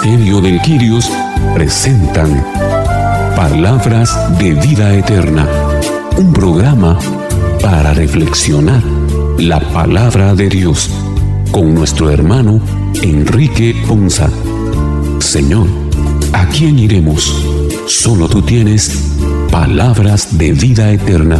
Ministerio del Kyrios presentan Palabras de Vida Eterna, un programa para reflexionar la palabra de Dios con nuestro hermano Enrique Ponza. Señor, ¿a quién iremos? Solo tú tienes palabras de vida eterna.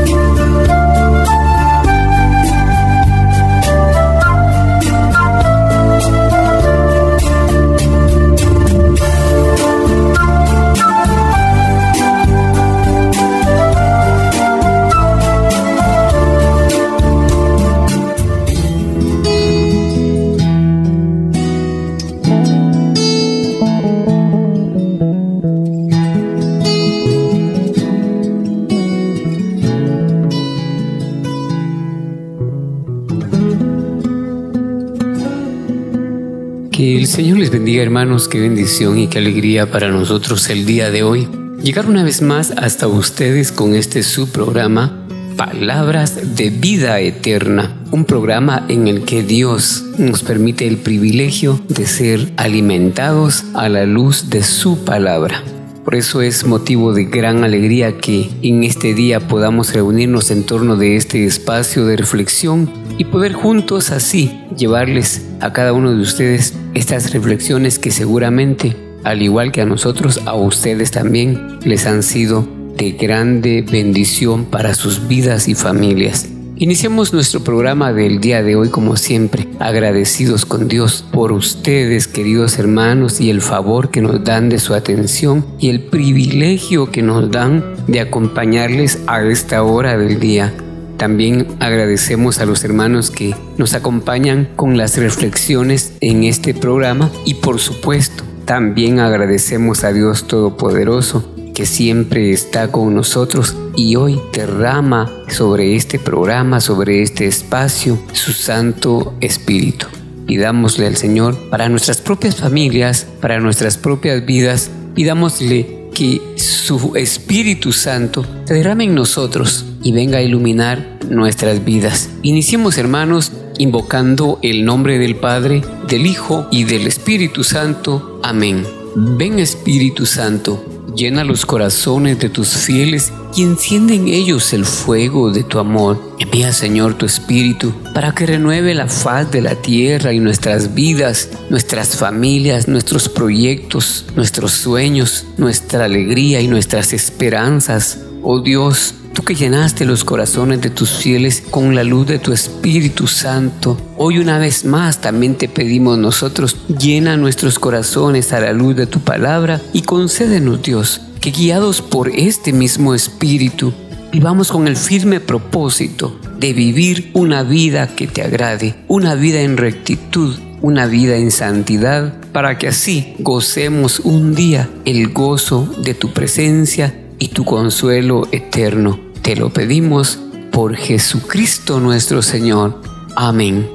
Que el Señor les bendiga, hermanos. Qué bendición y qué alegría para nosotros el día de hoy llegar una vez más hasta ustedes con este su programa Palabras de Vida Eterna, un programa en el que Dios nos permite el privilegio de ser alimentados a la luz de su palabra. Por eso es motivo de gran alegría que en este día podamos reunirnos en torno de este espacio de reflexión y poder juntos así llevarles a cada uno de ustedes estas reflexiones que seguramente, al igual que a nosotros, a ustedes también les han sido de grande bendición para sus vidas y familias. Iniciamos nuestro programa del día de hoy como siempre, agradecidos con Dios por ustedes, queridos hermanos, y el favor que nos dan de su atención y el privilegio que nos dan de acompañarles a esta hora del día. También agradecemos a los hermanos que nos acompañan con las reflexiones en este programa y por supuesto también agradecemos a Dios Todopoderoso que siempre está con nosotros y hoy derrama sobre este programa, sobre este espacio, su Santo Espíritu. Pidámosle al Señor para nuestras propias familias, para nuestras propias vidas, pidámosle que su Espíritu Santo se derrame en nosotros y venga a iluminar nuestras vidas. Iniciemos, hermanos, invocando el nombre del Padre, del Hijo y del Espíritu Santo. Amén. Ven, Espíritu Santo, llena los corazones de tus fieles y enciende en ellos el fuego de tu amor. Envía, Señor, tu Espíritu para que renueve la faz de la tierra y nuestras vidas, nuestras familias, nuestros proyectos, nuestros sueños, nuestra alegría y nuestras esperanzas. Oh Dios, tú que llenaste los corazones de tus fieles con la luz de tu Espíritu Santo, hoy una vez más también te pedimos nosotros, llena nuestros corazones a la luz de tu palabra y concédenos, Dios, que guiados por este mismo Espíritu, vivamos con el firme propósito de vivir una vida que te agrade, una vida en rectitud, una vida en santidad, para que así gocemos un día el gozo de tu presencia y tu consuelo eterno. Te lo pedimos por Jesucristo nuestro Señor. Amén.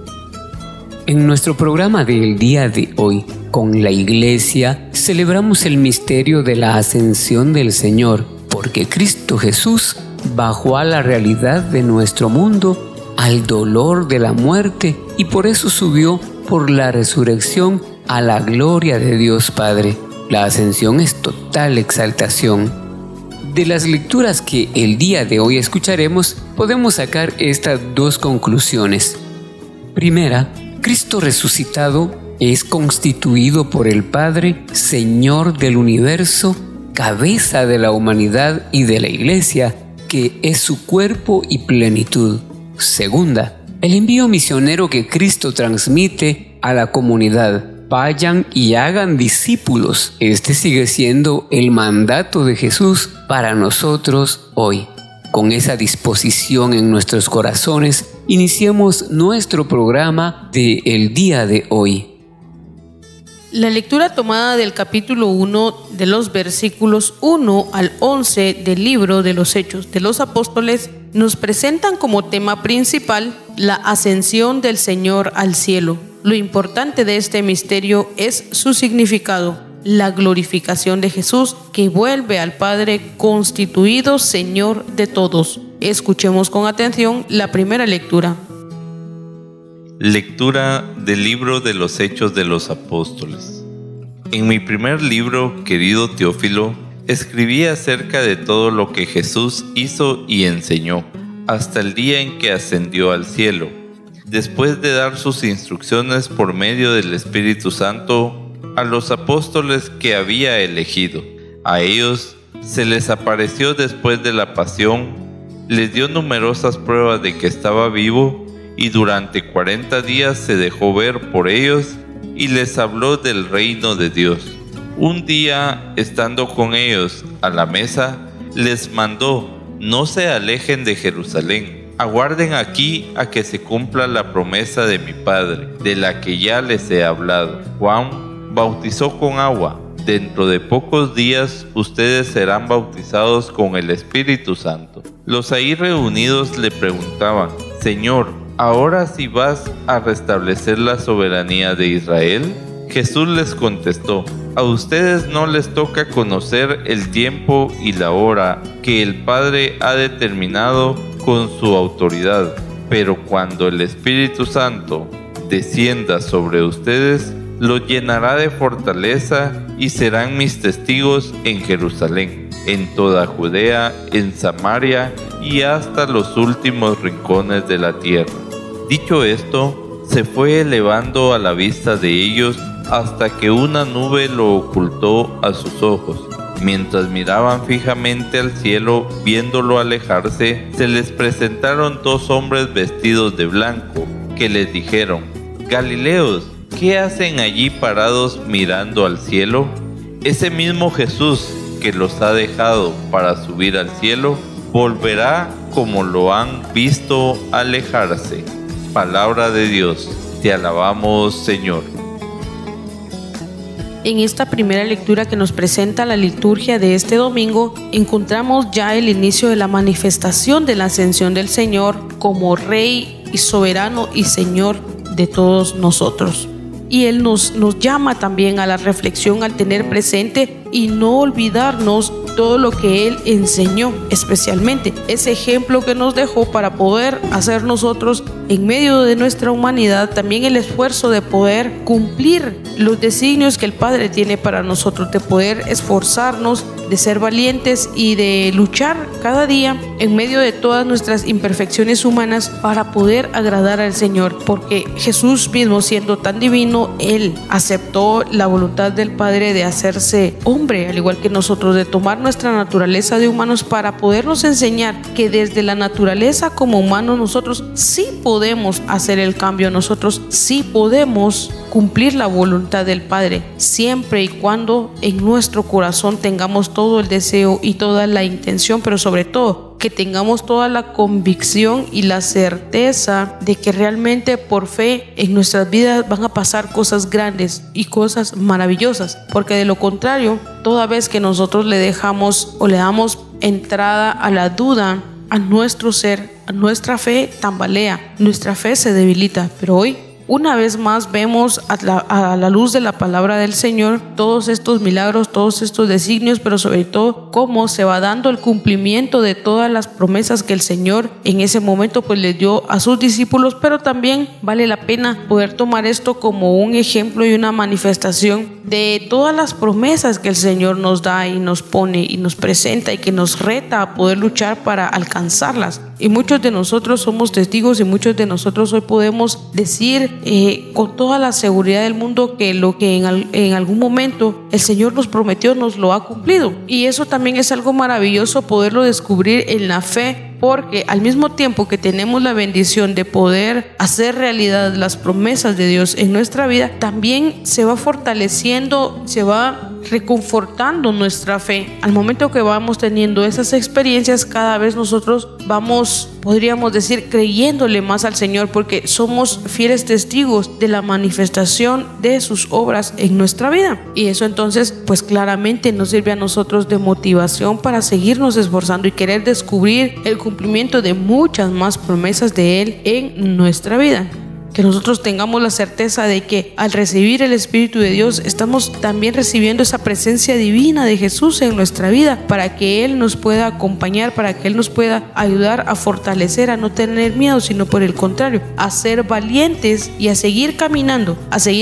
En nuestro programa del día de hoy, con la Iglesia, celebramos el misterio de la ascensión del Señor, porque Cristo Jesús bajó a la realidad de nuestro mundo, al dolor de la muerte, y por eso subió por la resurrección a la gloria de Dios Padre. La ascensión es total exaltación. De las lecturas que el día de hoy escucharemos, podemos sacar estas dos conclusiones. Primera, Cristo resucitado es constituido por el Padre, Señor del universo, cabeza de la humanidad y de la Iglesia, que es su cuerpo y plenitud. Segunda, el envío misionero que Cristo transmite a la comunidad. Vayan y hagan discípulos. Este sigue siendo el mandato de Jesús para nosotros hoy. Con esa disposición en nuestros corazones, iniciemos nuestro programa del día de hoy. La lectura tomada del capítulo 1 de los versículos 1 al 11 del libro de los Hechos de los Apóstoles nos presentan como tema principal la ascensión del Señor al cielo. Lo importante de este misterio es su significado, la glorificación de Jesús que vuelve al Padre constituido Señor de todos. Escuchemos con atención la primera lectura. Lectura del libro de los Hechos de los Apóstoles. En mi primer libro, querido Teófilo, escribí acerca de todo lo que Jesús hizo y enseñó, hasta el día en que ascendió al cielo, después de dar sus instrucciones por medio del Espíritu Santo a los apóstoles que había elegido. A ellos se les apareció después de la pasión, les dio numerosas pruebas de que estaba vivo y durante 40 días se dejó ver por ellos y les habló del reino de Dios. Un día, estando con ellos a la mesa, les mandó: no se alejen de Jerusalén, aguarden aquí a que se cumpla la promesa de mi Padre, de la que ya les he hablado. Juan bautizó con agua. Dentro de pocos días ustedes serán bautizados con el Espíritu Santo. Los ahí reunidos le preguntaban: Señor, ¿ahora sí vas a restablecer la soberanía de Israel? Jesús les contestó: a ustedes no les toca conocer el tiempo y la hora que el Padre ha determinado con su autoridad, pero cuando el Espíritu Santo descienda sobre ustedes, los llenará de fortaleza y serán mis testigos en Jerusalén, en toda Judea, en Samaria y hasta los últimos rincones de la tierra. Dicho esto, se fue elevando a la vista de ellos hasta que una nube lo ocultó a sus ojos. Mientras miraban fijamente al cielo, viéndolo alejarse, se les presentaron dos hombres vestidos de blanco, que les dijeron: Galileos, ¿qué hacen allí parados mirando al cielo? Ese mismo Jesús que los ha dejado para subir al cielo, volverá como lo han visto alejarse. Palabra de Dios, te alabamos, Señor. En esta primera lectura que nos presenta la liturgia de este domingo, encontramos ya el inicio de la manifestación de la ascensión del Señor como Rey y soberano y Señor de todos nosotros. Y Él nos llama también a la reflexión, al tener presente y no olvidarnos todo lo que Él enseñó, especialmente ese ejemplo que nos dejó para poder hacer nosotros en medio de nuestra humanidad también el esfuerzo de poder cumplir los designios que el Padre tiene para nosotros, de poder esforzarnos, de ser valientes y de luchar cada día en medio de todas nuestras imperfecciones humanas para poder agradar al Señor, porque Jesús mismo, siendo tan divino, Él aceptó la voluntad del Padre de hacerse hombre, al igual que nosotros, de tomar nuestra naturaleza de humanos para podernos enseñar que desde la naturaleza como humanos nosotros sí podemos hacer el cambio, nosotros sí podemos cumplir la voluntad del Padre, siempre y cuando en nuestro corazón tengamos todo el deseo y toda la intención, pero sobre todo que tengamos toda la convicción y la certeza de que realmente por fe en nuestras vidas van a pasar cosas grandes y cosas maravillosas, porque de lo contrario, toda vez que nosotros le dejamos o le damos entrada a la duda a nuestro ser, a nuestra fe tambalea, nuestra fe se debilita. Pero hoy, una vez más, vemos a la luz de la palabra del Señor todos estos milagros, todos estos designios, pero sobre todo cómo se va dando el cumplimiento de todas las promesas que el Señor en ese momento pues les dio a sus discípulos. Pero también vale la pena poder tomar esto como un ejemplo y una manifestación de todas las promesas que el Señor nos da y nos pone y nos presenta y que nos reta a poder luchar para alcanzarlas. Y muchos de nosotros somos testigos y muchos de nosotros hoy podemos decir con toda la seguridad del mundo que lo que en algún momento el Señor nos prometió nos lo ha cumplido. Y eso también es algo maravilloso poderlo descubrir en la fe, porque al mismo tiempo que tenemos la bendición de poder hacer realidad las promesas de Dios en nuestra vida, también se va fortaleciendo, se va reconfortando nuestra fe. Al momento que vamos teniendo esas experiencias, cada vez nosotros vamos, podríamos decir, creyéndole más al Señor, porque somos fieles testigos de la manifestación de sus obras en nuestra vida. Y eso entonces pues claramente nos sirve a nosotros de motivación para seguirnos esforzando y querer descubrir el cumplimiento de muchas más promesas de Él en nuestra vida. que nosotros tengamos la certeza de que al recibir el Espíritu de Dios estamos también recibiendo esa presencia divina de Jesús en nuestra vida, para que Él nos pueda acompañar, para que Él nos pueda ayudar a fortalecer, a no tener miedo, sino por el contrario, a ser valientes y a seguir caminando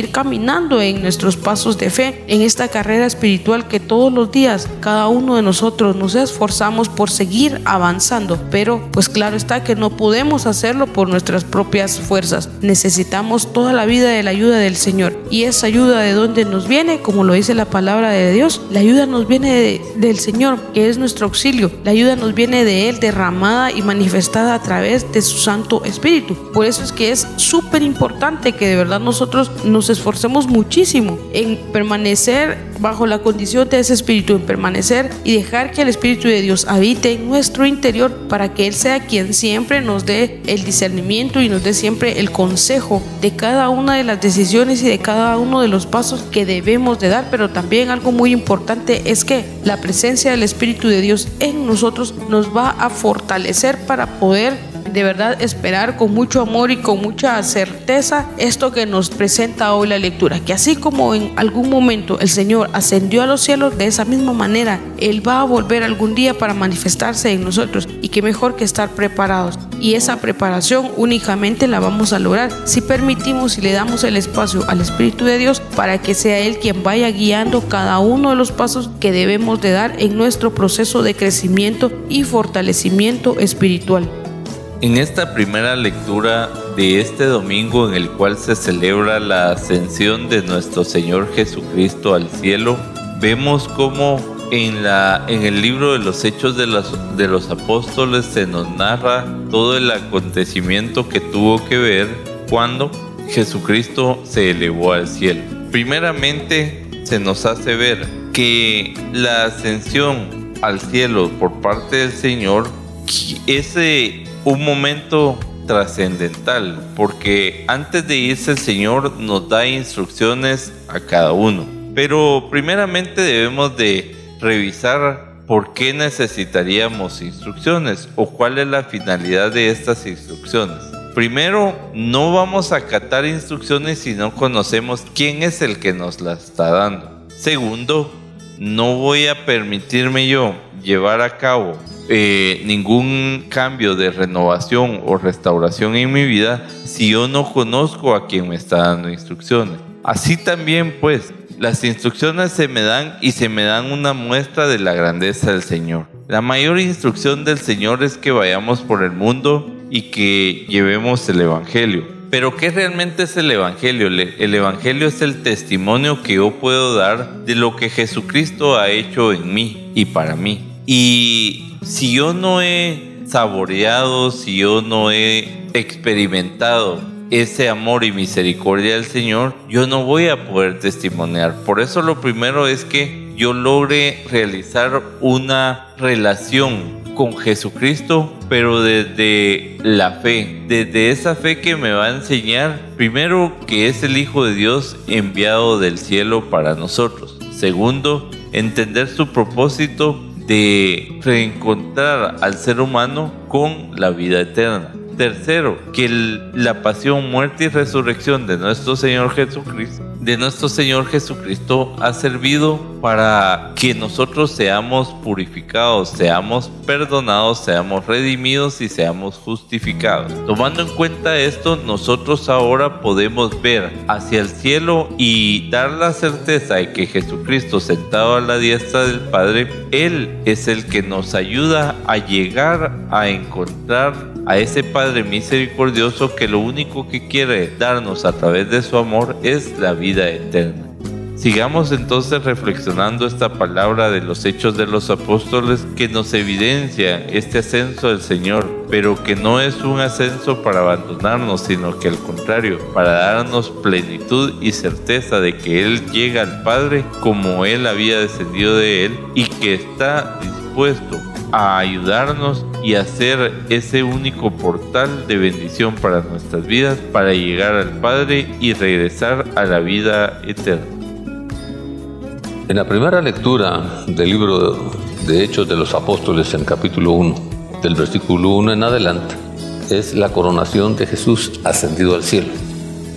en nuestros pasos de fe, en esta carrera espiritual que todos los días cada uno de nosotros nos esforzamos por seguir avanzando. Pero pues claro está que no podemos hacerlo por nuestras propias fuerzas. Necesitamos toda la vida de la ayuda del Señor. ¿Y esa ayuda de dónde nos viene? Como lo dice la palabra de Dios, la ayuda nos viene del Señor, que es nuestro auxilio. La ayuda nos viene de Él, derramada y manifestada a través de su Santo Espíritu. Por eso es que es súper importante que de verdad nosotros nos esforcemos muchísimo en permanecer bajo la condición de ese Espíritu, en permanecer y dejar que el Espíritu de Dios habite en nuestro interior, para que Él sea quien siempre nos dé el discernimiento y nos dé siempre el consejo de cada una de las decisiones y de cada uno de los pasos que debemos de dar. Pero también algo muy importante es que la presencia del Espíritu de Dios en nosotros nos va a fortalecer para poder de verdad esperar con mucho amor y con mucha certeza esto que nos presenta hoy la lectura, que así como en algún momento el Señor ascendió a los cielos, de esa misma manera Él va a volver algún día para manifestarse en nosotros, y qué mejor que estar preparados. Y esa preparación únicamente la vamos a lograr si permitimos y le damos el espacio al Espíritu de Dios para que sea Él quien vaya guiando cada uno de los pasos que debemos de dar en nuestro proceso de crecimiento y fortalecimiento espiritual. En esta primera lectura de este domingo, en el cual se celebra la ascensión de nuestro Señor Jesucristo al cielo, vemos cómo en el libro de los Hechos de los Apóstoles se nos narra todo el acontecimiento que tuvo que ver cuando Jesucristo se elevó al cielo. Primeramente, se nos hace ver que la ascensión al cielo por parte del Señor es un momento trascendental, porque antes de irse el Señor nos da instrucciones a cada uno. Pero primeramente debemos de revisar por qué necesitaríamos instrucciones o cuál es la finalidad de estas instrucciones. Primero, no vamos a acatar instrucciones si no conocemos quién es el que nos las está dando. Segundo, no voy a permitirme yo llevar a cabo ningún cambio de renovación o restauración en mi vida si yo no conozco a quien me está dando instrucciones. Así también, pues, las instrucciones se me dan una muestra de la grandeza del Señor. La mayor instrucción del Señor es que vayamos por el mundo y que llevemos el Evangelio. Pero ¿qué realmente es el Evangelio? El Evangelio es el testimonio que yo puedo dar de lo que Jesucristo ha hecho en mí y para mí. Y si yo no he saboreado, si yo no he experimentado ese amor y misericordia del Señor, yo no voy a poder testimoniar. Por eso lo primero es que yo logre realizar una relación con Jesucristo, pero desde la fe, desde esa fe que me va a enseñar, primero, que es el Hijo de Dios enviado del cielo para nosotros. Segundo, entender su propósito de reencontrar al ser humano con la vida eterna. Tercero, que la pasión, muerte y resurrección de nuestro Señor Jesucristo ha servido para que nosotros seamos purificados, seamos perdonados, seamos redimidos y seamos justificados. Tomando en cuenta esto, nosotros ahora podemos ver hacia el cielo y dar la certeza de que Jesucristo, sentado a la diestra del Padre, Él es el que nos ayuda a llegar a encontrar a ese Padre misericordioso que lo único que quiere darnos a través de su amor es la vida eterna. Sigamos entonces reflexionando esta palabra de los Hechos de los Apóstoles que nos evidencia este ascenso del Señor, pero que no es un ascenso para abandonarnos, sino que al contrario, para darnos plenitud y certeza de que Él llega al Padre como Él había descendido de Él y que está dispuesto a ayudarnos y a ser ese único portal de bendición para nuestras vidas, para llegar al Padre y regresar a la vida eterna. En la primera lectura del libro de Hechos de los Apóstoles, en capítulo 1, del versículo 1 en adelante, es la coronación de Jesús ascendido al cielo.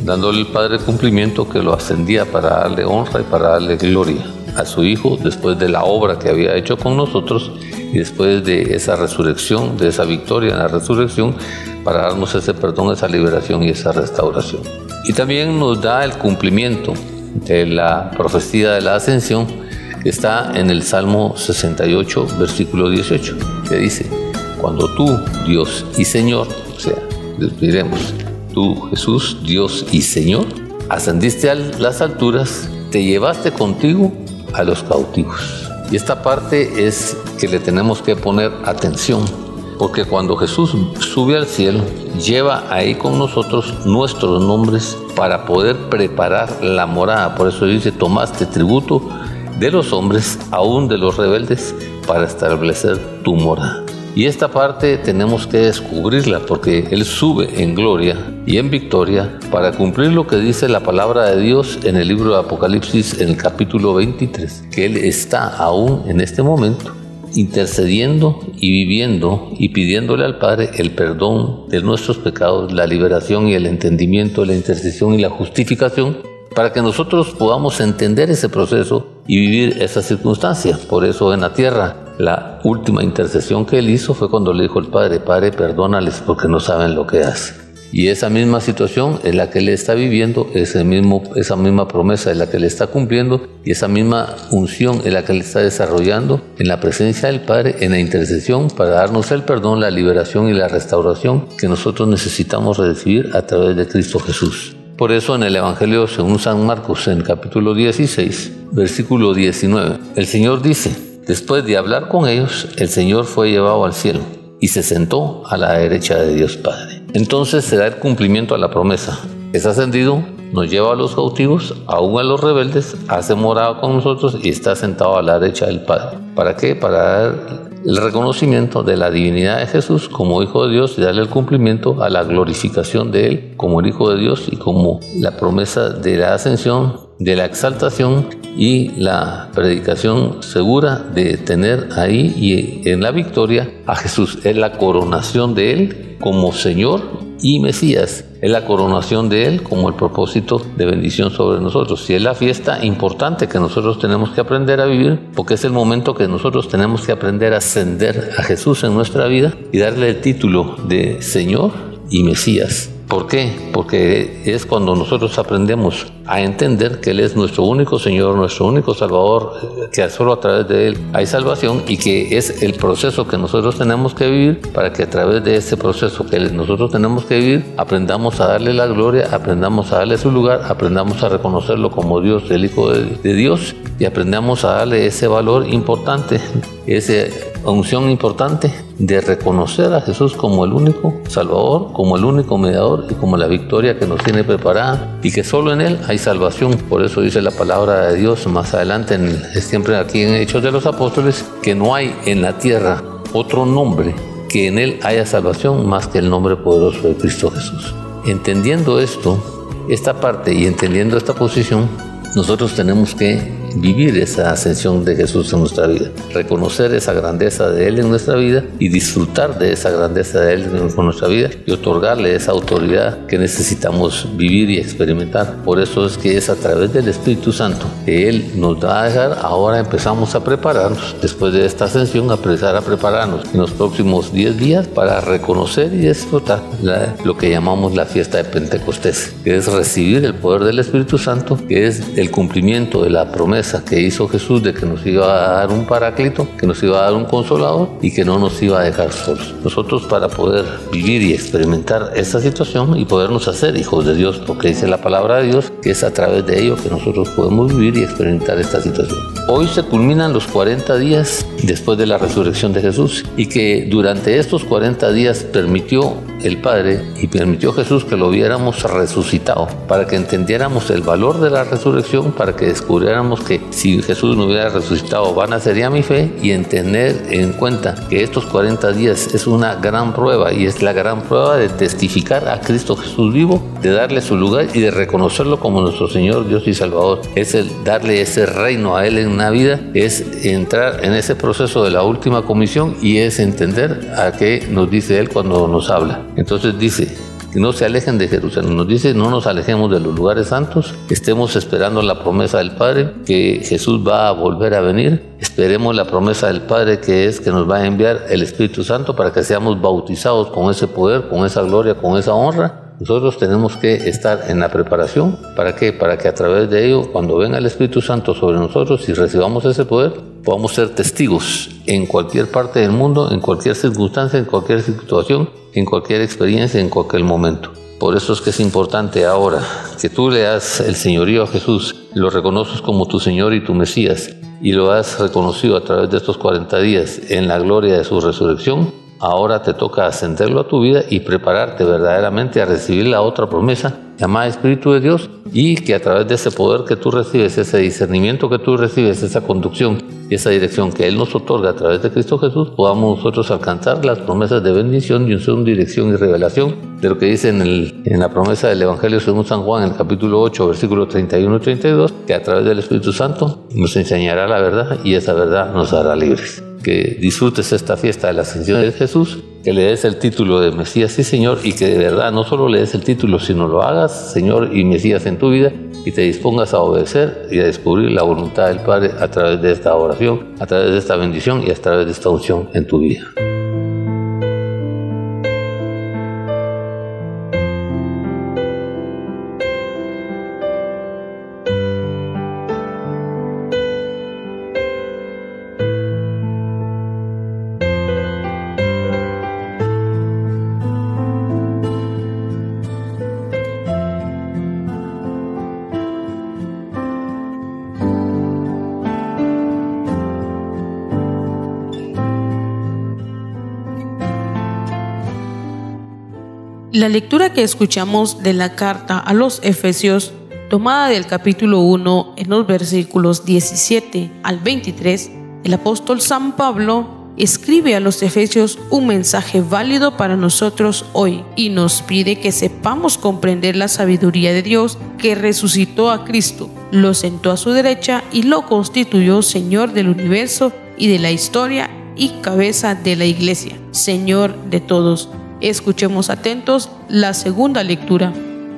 dándole al Padre cumplimiento que lo ascendía para darle honra y para darle gloria a su Hijo después de la obra que había hecho con nosotros y después de esa resurrección, de esa victoria en la resurrección, para darnos ese perdón, esa liberación y esa restauración. Y también nos da el cumplimiento de la profecía de la ascensión que está en el Salmo 68, versículo 18, que dice: cuando tú, Dios y Señor, o sea, diremos, tú, Jesús, Dios y Señor, ascendiste a las alturas, te llevaste contigo a los cautivos. Y esta parte es que le tenemos que poner atención, porque cuando Jesús sube al cielo, lleva ahí con nosotros nuestros nombres para poder preparar la morada. Por eso dice: tomaste tributo de los hombres, aún de los rebeldes, para establecer tu morada. Y esta parte tenemos que descubrirla, porque Él sube en gloria y en victoria para cumplir lo que dice la palabra de Dios en el libro de Apocalipsis, en el capítulo 23, que Él está aún en este momento intercediendo y viviendo y pidiéndole al Padre el perdón de nuestros pecados, la liberación y el entendimiento, la intercesión y la justificación, para que nosotros podamos entender ese proceso y vivir esa circunstancia. Por eso en la tierra, la última intercesión que Él hizo fue cuando le dijo al Padre: Padre, perdónales porque no saben lo que hacen. Y esa misma situación es la que Él está viviendo, esa misma promesa es la que Él está cumpliendo, y esa misma unción es la que Él está desarrollando en la presencia del Padre, en la intercesión, para darnos el perdón, la liberación y la restauración que nosotros necesitamos recibir a través de Cristo Jesús. Por eso en el Evangelio según San Marcos, en el capítulo 16, versículo 19, el Señor dice: después de hablar con ellos, el Señor fue llevado al cielo y se sentó a la derecha de Dios Padre. Entonces se da el cumplimiento a la promesa. Es ascendido, nos lleva a los cautivos, aún a los rebeldes, hace morada con nosotros y está sentado a la derecha del Padre. ¿Para qué? Para dar el reconocimiento de la divinidad de Jesús como Hijo de Dios y darle el cumplimiento a la glorificación de Él como el Hijo de Dios y como la promesa de la ascensión, de la exaltación y la predicación segura de tener ahí y en la victoria a Jesús. Es la coronación de Él como Señor y Mesías. Es la coronación de Él como el propósito de bendición sobre nosotros. Y es la fiesta importante que nosotros tenemos que aprender a vivir, porque es el momento que nosotros tenemos que aprender a ascender a Jesús en nuestra vida y darle el título de Señor y Mesías. ¿Por qué? Porque es cuando nosotros aprendemos a entender que Él es nuestro único Señor, nuestro único Salvador, que solo a través de Él hay salvación, y que es el proceso que nosotros tenemos que vivir para que a través de ese proceso que nosotros tenemos que vivir aprendamos a darle la gloria, aprendamos a darle su lugar, aprendamos a reconocerlo como Dios, el Hijo de Dios, y aprendamos a darle ese valor importante, esa unción importante de reconocer a Jesús como el único Salvador, como el único mediador y como la victoria que nos tiene preparada, y que solo en Él hay salvación. Por eso dice la palabra de Dios más adelante, siempre aquí en Hechos de los Apóstoles, que no hay en la tierra otro nombre que en Él haya salvación más que el nombre poderoso de Cristo Jesús. Entendiendo esto, esta parte, y entendiendo esta posición, nosotros tenemos que vivir esa ascensión de Jesús en nuestra vida, reconocer esa grandeza de Él en nuestra vida y disfrutar de esa grandeza de Él en nuestra vida y otorgarle esa autoridad que necesitamos vivir y experimentar. Por eso es que es a través del Espíritu Santo que Él nos va a dejar. Ahora empezamos a prepararnos, después de esta ascensión, a empezar a prepararnos en los próximos 10 días para reconocer y disfrutar lo que llamamos la fiesta de Pentecostés, que es recibir el poder del Espíritu Santo, que es el cumplimiento de la promesa que hizo Jesús de que nos iba a dar un paráclito, que nos iba a dar un consolador y que no nos iba a dejar solos. Nosotros, para poder vivir y experimentar esta situación y podernos hacer hijos de Dios, porque dice la palabra de Dios que es a través de ello que nosotros podemos vivir y experimentar esta situación. Hoy se culminan los 40 días después de la resurrección de Jesús, y que durante estos 40 días permitió el Padre y permitió Jesús que lo viéramos resucitado, para que entendiéramos el valor de la resurrección, para que descubriéramos que si Jesús no hubiera resucitado, vana sería mi fe, y en tener en cuenta que estos 40 días es una gran prueba, y es la gran prueba de testificar a Cristo Jesús vivo, de darle su lugar y de reconocerlo como nuestro Señor, Dios y Salvador. Es el darle ese reino a Él en una vida, es entrar en ese proceso de la última comisión, y es entender a qué nos dice Él cuando nos habla. Entonces dice: que no se alejen de Jerusalén. Nos dice, no nos alejemos de los lugares santos, estemos esperando la promesa del Padre, que Jesús va a volver a venir. Esperemos la promesa del Padre, que es que nos va a enviar el Espíritu Santo para que seamos bautizados con ese poder, con esa gloria, con esa honra. Nosotros tenemos que estar en la preparación. ¿Para qué? Para que a través de ello, cuando venga el Espíritu Santo sobre nosotros y recibamos ese poder, podamos ser testigos en cualquier parte del mundo, en cualquier circunstancia, en cualquier situación, en cualquier experiencia, en cualquier momento. Por eso es que es importante ahora que tú le das el señorío a Jesús, lo reconoces como tu Señor y tu Mesías, y lo has reconocido a través de estos 40 días en la gloria de su resurrección. Ahora te toca ascenderlo a tu vida y prepararte verdaderamente a recibir la otra promesa llamada Espíritu de Dios, y que a través de ese poder que tú recibes, ese discernimiento que tú recibes, esa conducción y esa dirección que Él nos otorga a través de Cristo Jesús, podamos nosotros alcanzar las promesas de bendición, y unción, dirección y revelación de lo que dice en la promesa del Evangelio según San Juan, en el capítulo 8, versículos 31 y 32, que a través del Espíritu Santo nos enseñará la verdad y esa verdad nos hará libres. Que disfrutes esta fiesta de la ascensión de Jesús, que le des el título de Mesías y Señor, y que de verdad no solo le des el título, sino lo hagas Señor y Mesías en tu vida, y te dispongas a obedecer y a descubrir la voluntad del Padre a través de esta oración, a través de esta bendición y a través de esta unción en tu vida. La lectura que escuchamos de la carta a los Efesios, tomada del capítulo 1 en los versículos 17 al 23, el apóstol San Pablo escribe a los Efesios un mensaje válido para nosotros hoy y nos pide que sepamos comprender la sabiduría de Dios, que resucitó a Cristo, lo sentó a su derecha y lo constituyó Señor del universo y de la historia y cabeza de la iglesia, Señor de todos. Escuchemos atentos la segunda lectura.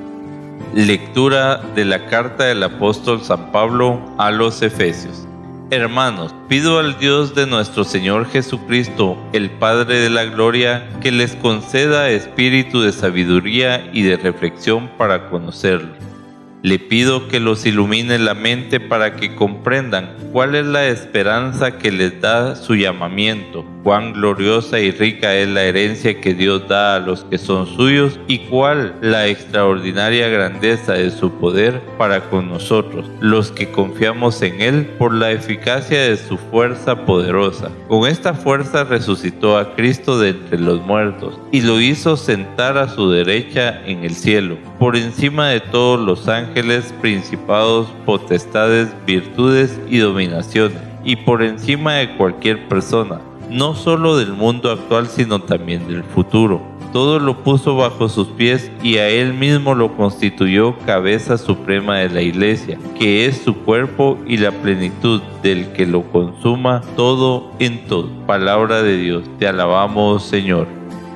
Lectura de la carta del apóstol San Pablo a los Efesios. Hermanos, pido al Dios de nuestro Señor Jesucristo, el Padre de la Gloria, que les conceda espíritu de sabiduría y de reflexión para conocerlo. Le pido que los ilumine la mente para que comprendan cuál es la esperanza que les da su llamamiento, cuán gloriosa y rica es la herencia que Dios da a los que son suyos, y cuál la extraordinaria grandeza de su poder para con nosotros, los que confiamos en Él, por la eficacia de su fuerza poderosa. Con esta fuerza resucitó a Cristo de entre los muertos y lo hizo sentar a su derecha en el cielo, por encima de todos los ángeles, principados, potestades, virtudes y dominaciones, y por encima de cualquier persona, no solo del mundo actual, sino también del futuro. Todo lo puso bajo sus pies y a Él mismo lo constituyó cabeza suprema de la Iglesia, que es su cuerpo y la plenitud del que lo consuma todo en todo. Palabra de Dios, te alabamos, Señor.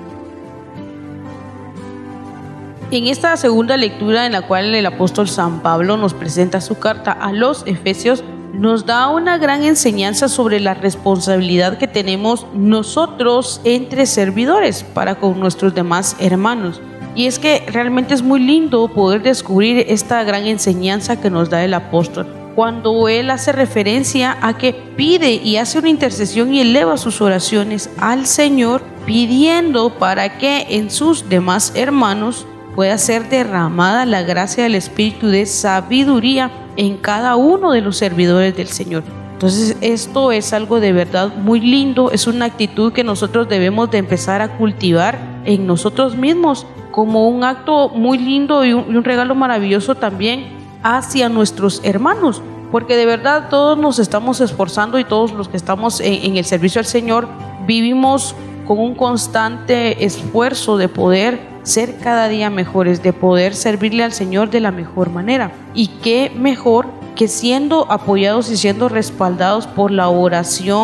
En esta segunda lectura, en la cual el apóstol San Pablo nos presenta su carta a los Efesios, nos da una gran enseñanza sobre la responsabilidad que tenemos nosotros entre servidores para con nuestros demás hermanos. Y es que realmente es muy lindo poder descubrir esta gran enseñanza que nos da el apóstol, cuando él hace referencia a que pide y hace una intercesión y eleva sus oraciones al Señor, pidiendo para que en sus demás hermanos pueda ser derramada la gracia del Espíritu de sabiduría en cada uno de los servidores del Señor. Entonces esto es algo de verdad muy lindo, es una actitud que nosotros debemos de empezar a cultivar en nosotros mismos como un acto muy lindo y un regalo maravilloso también hacia nuestros hermanos, porque de verdad todos nos estamos esforzando y todos los que estamos en el servicio al Señor vivimos con un constante esfuerzo de poder ser cada día mejores, de poder servirle al Señor de la mejor manera. Y qué mejor que siendo apoyados y siendo respaldados por la oración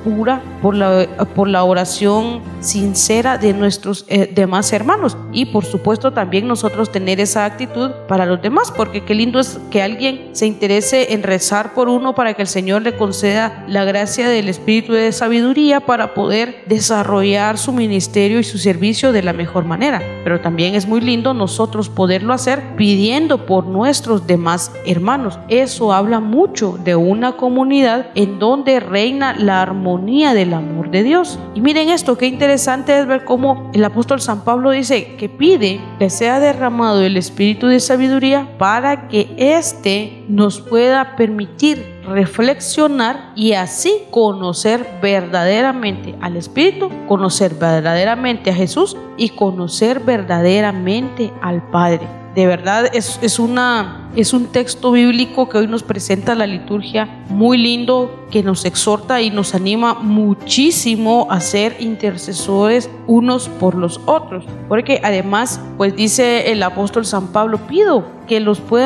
pura, por la oración sincera de nuestros demás hermanos. Y por supuesto también nosotros tener esa actitud para los demás, porque qué lindo es que alguien se interese en rezar por uno para que el Señor le conceda la gracia del espíritu de sabiduría para poder desarrollar su ministerio y su servicio de la mejor manera. Pero también es muy lindo nosotros poderlo hacer pidiendo por nuestros demás hermanos. Eso habla mucho de una comunidad en donde reina la armonía del amor de Dios. Y miren esto, qué interesante es ver cómo el apóstol San Pablo dice que pide que sea derramado el espíritu de sabiduría para que éste nos pueda permitir reflexionar y así conocer verdaderamente al Espíritu, conocer verdaderamente a Jesús y conocer verdaderamente al Padre. De verdad es un texto bíblico que hoy nos presenta la liturgia muy lindo, que nos exhorta y nos anima muchísimo a ser intercesores unos por los otros, porque además pues dice el apóstol San Pablo, pido que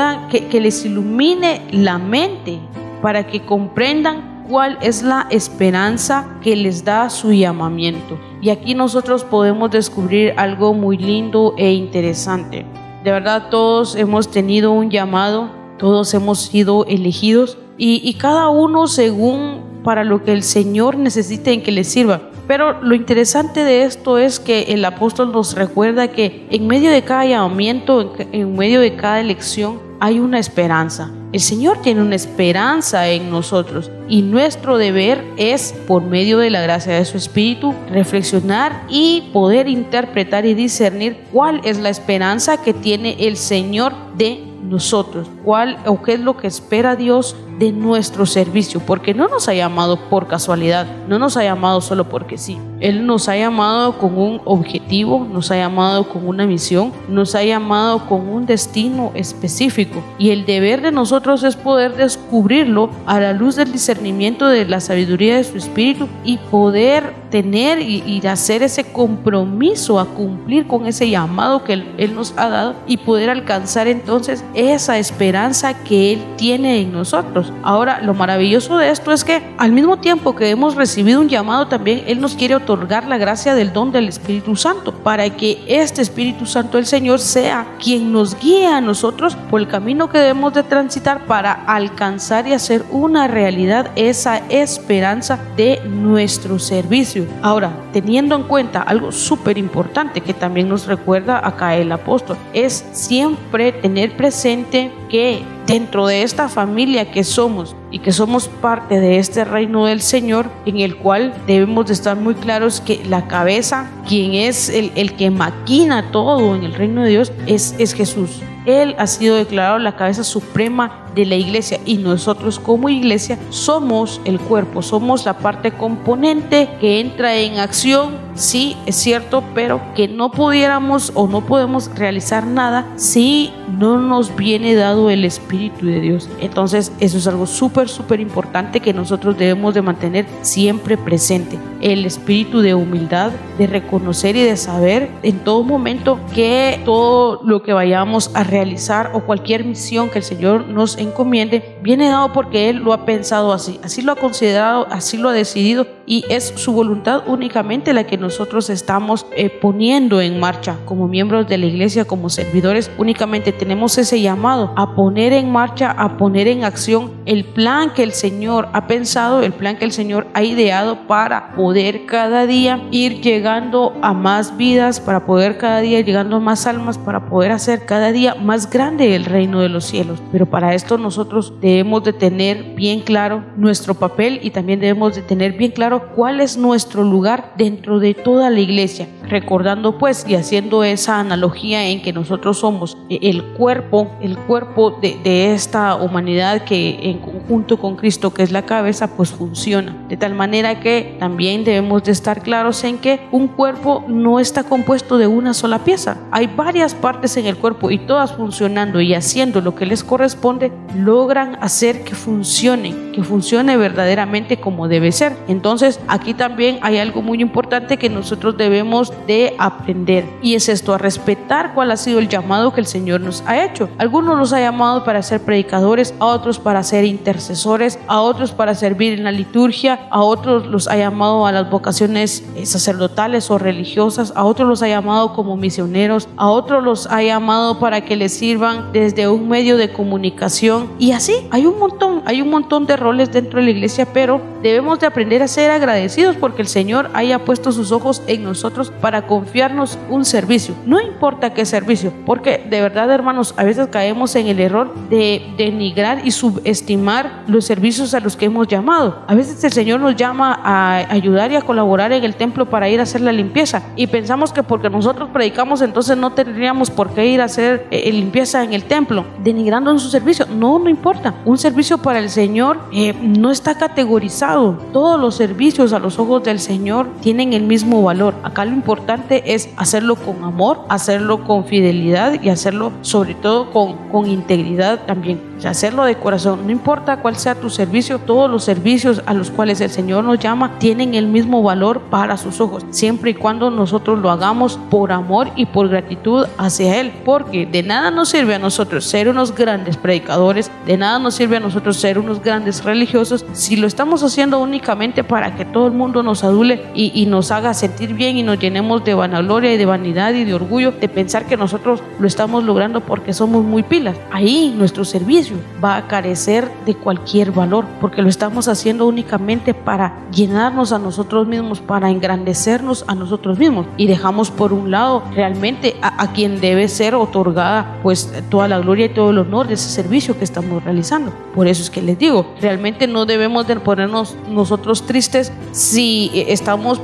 que les ilumine la mente para que comprendan cuál es la esperanza que les da su llamamiento. Y aquí nosotros podemos descubrir algo muy lindo e interesante. De verdad, todos hemos tenido un llamado, todos hemos sido elegidos y cada uno según para lo que el Señor necesite en que les sirva. Pero lo interesante de esto es que el apóstol nos recuerda que en medio de cada llamamiento, en medio de cada elección, hay una esperanza. El Señor tiene una esperanza en nosotros y nuestro deber es, por medio de la gracia de su Espíritu, reflexionar y poder interpretar y discernir cuál es la esperanza que tiene el Señor de nosotros, qué es lo que espera Dios de nuestro servicio, porque no nos ha llamado por casualidad, no nos ha llamado solo porque sí. Él nos ha llamado con un objetivo, nos ha llamado con una misión, nos ha llamado con un destino específico y el deber de nosotros es poder descubrirlo a la luz del discernimiento de la sabiduría de su Espíritu y poder tener y hacer ese compromiso a cumplir con ese llamado que Él nos ha dado y poder alcanzar entonces esa esperanza que Él tiene en nosotros. Ahora, lo maravilloso de esto es que al mismo tiempo que hemos recibido un llamado, también Él nos quiere otorgar la gracia del don del Espíritu Santo para que este Espíritu Santo del Señor sea quien nos guíe a nosotros por el camino que debemos de transitar para alcanzar y hacer una realidad esa esperanza de nuestro servicio. Ahora, teniendo en cuenta algo súper importante que también nos recuerda acá el apóstol, es siempre tener presente que dentro de esta familia que somos y que somos parte de este reino del Señor, en el cual debemos de estar muy claros que la cabeza, quien es el que maquina todo en el reino de Dios, es Jesús. Él ha sido declarado la cabeza suprema de la iglesia y nosotros como iglesia somos el cuerpo, somos la parte componente que entra en acción, sí, es cierto, pero que no pudiéramos o no podemos realizar nada si no nos viene dado el Espíritu de Dios. Entonces eso es algo súper importante que nosotros debemos de mantener siempre presente, el espíritu de humildad, de reconocer y de saber en todo momento que todo lo que vayamos a realizar o cualquier misión que el Señor nos encomiende viene dado porque Él lo ha pensado así lo ha considerado, así lo ha decidido y es su voluntad únicamente la que nosotros estamos poniendo en marcha como miembros de la iglesia, como servidores. Únicamente tenemos ese llamado a poner en marcha, a poner en acción el plan que el Señor ha pensado, el plan que el Señor ha ideado para poder cada día ir llegando a más vidas, para poder cada día llegando a más almas, para poder hacer cada día más grande el reino de los cielos. Pero para esto nosotros debemos de tener bien claro nuestro papel y también debemos de tener bien claro cuál es nuestro lugar dentro de toda la iglesia, recordando pues y haciendo esa analogía en que nosotros somos el cuerpo de esta humanidad que en conjunto con Cristo, que es la cabeza, pues funciona, de tal manera que también debemos de estar claros en que un cuerpo no está compuesto de una sola pieza, hay varias partes en el cuerpo y todas funcionando y haciendo lo que les corresponde logran hacer que funcione verdaderamente como debe ser. Entonces aquí también hay algo muy importante que nosotros debemos de aprender. Y es esto, a respetar cuál ha sido el llamado que el Señor nos ha hecho. Algunos nos ha llamado para ser predicadores, a otros para ser intercesores, a otros para servir en la liturgia, a otros los ha llamado a las vocaciones sacerdotales o religiosas, a otros los ha llamado como misioneros, a otros los ha llamado para que les sirvan desde un medio de comunicación, y así hay un montón de roles dentro de la iglesia, pero debemos de aprender a ser agradecidos porque el Señor haya puesto sus ojos en nosotros para confiarnos un servicio, no importa qué servicio, porque de verdad, hermanos, a veces caemos en el error de denigrar y subestimar los servicios a los que hemos llamado. A veces el Señor nos llama a ayudar y a colaborar en el templo para ir a hacer la limpieza, y pensamos que porque nosotros predicamos entonces no tendríamos por qué ir a hacer limpieza en el templo, denigrando en su servicio. No importa. Un servicio para el Señor no está categorizado. Todos los servicios a los ojos del Señor tienen el mismo valor. Acá lo importante es hacerlo con amor, hacerlo con fidelidad y hacerlo sobre todo con integridad también. O sea, hacerlo de corazón. No importa cuál sea tu servicio, todos los servicios a los cuales el Señor nos llama tienen el mismo valor para sus ojos, siempre y cuando nosotros lo hagamos por amor y por gratitud hacia Él, porque de nada nos sirve a nosotros ser unos grandes predicadores, de nada nos sirve a nosotros ser unos grandes religiosos si lo estamos haciendo únicamente para que todo el mundo nos adule y nos haga sentir bien y nos llenemos de vanagloria y de vanidad y de orgullo de pensar que nosotros lo estamos logrando porque somos muy pilas. Ahí nuestro servicio va a carecer de cualquier valor porque lo estamos haciendo únicamente para llenarnos a nosotros mismos, para engrandecernos a nosotros mismos, y dejamos por un lado realmente a quien debe ser otorgada pues toda la gloria y todo el honor de ese servicio que estamos realizando. Por eso es que les digo, realmente no debemos de ponernos nosotros tristes si estamos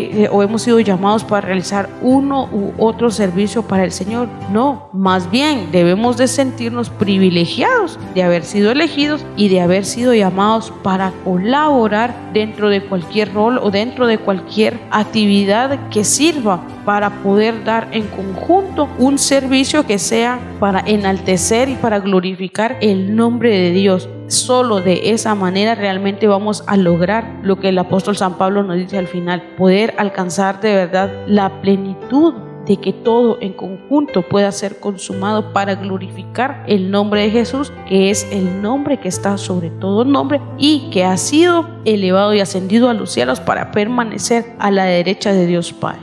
o hemos sido llamados para realizar uno u otro servicio para el Señor. No, más bien debemos de sentirnos privilegiados de haber sido elegidos y de haber sido llamados para colaborar dentro de cualquier rol o dentro de cualquier actividad que sirva para poder dar en conjunto un servicio que sea para enaltecer y para glorificar el nombre de Dios. Solo de esa manera realmente vamos a lograr lo que el apóstol San Pablo nos dice al final, poder alcanzar de verdad la plenitud de que todo en conjunto pueda ser consumado para glorificar el nombre de Jesús, que es el nombre que está sobre todo nombre y que ha sido elevado y ascendido a los cielos para permanecer a la derecha de Dios Padre.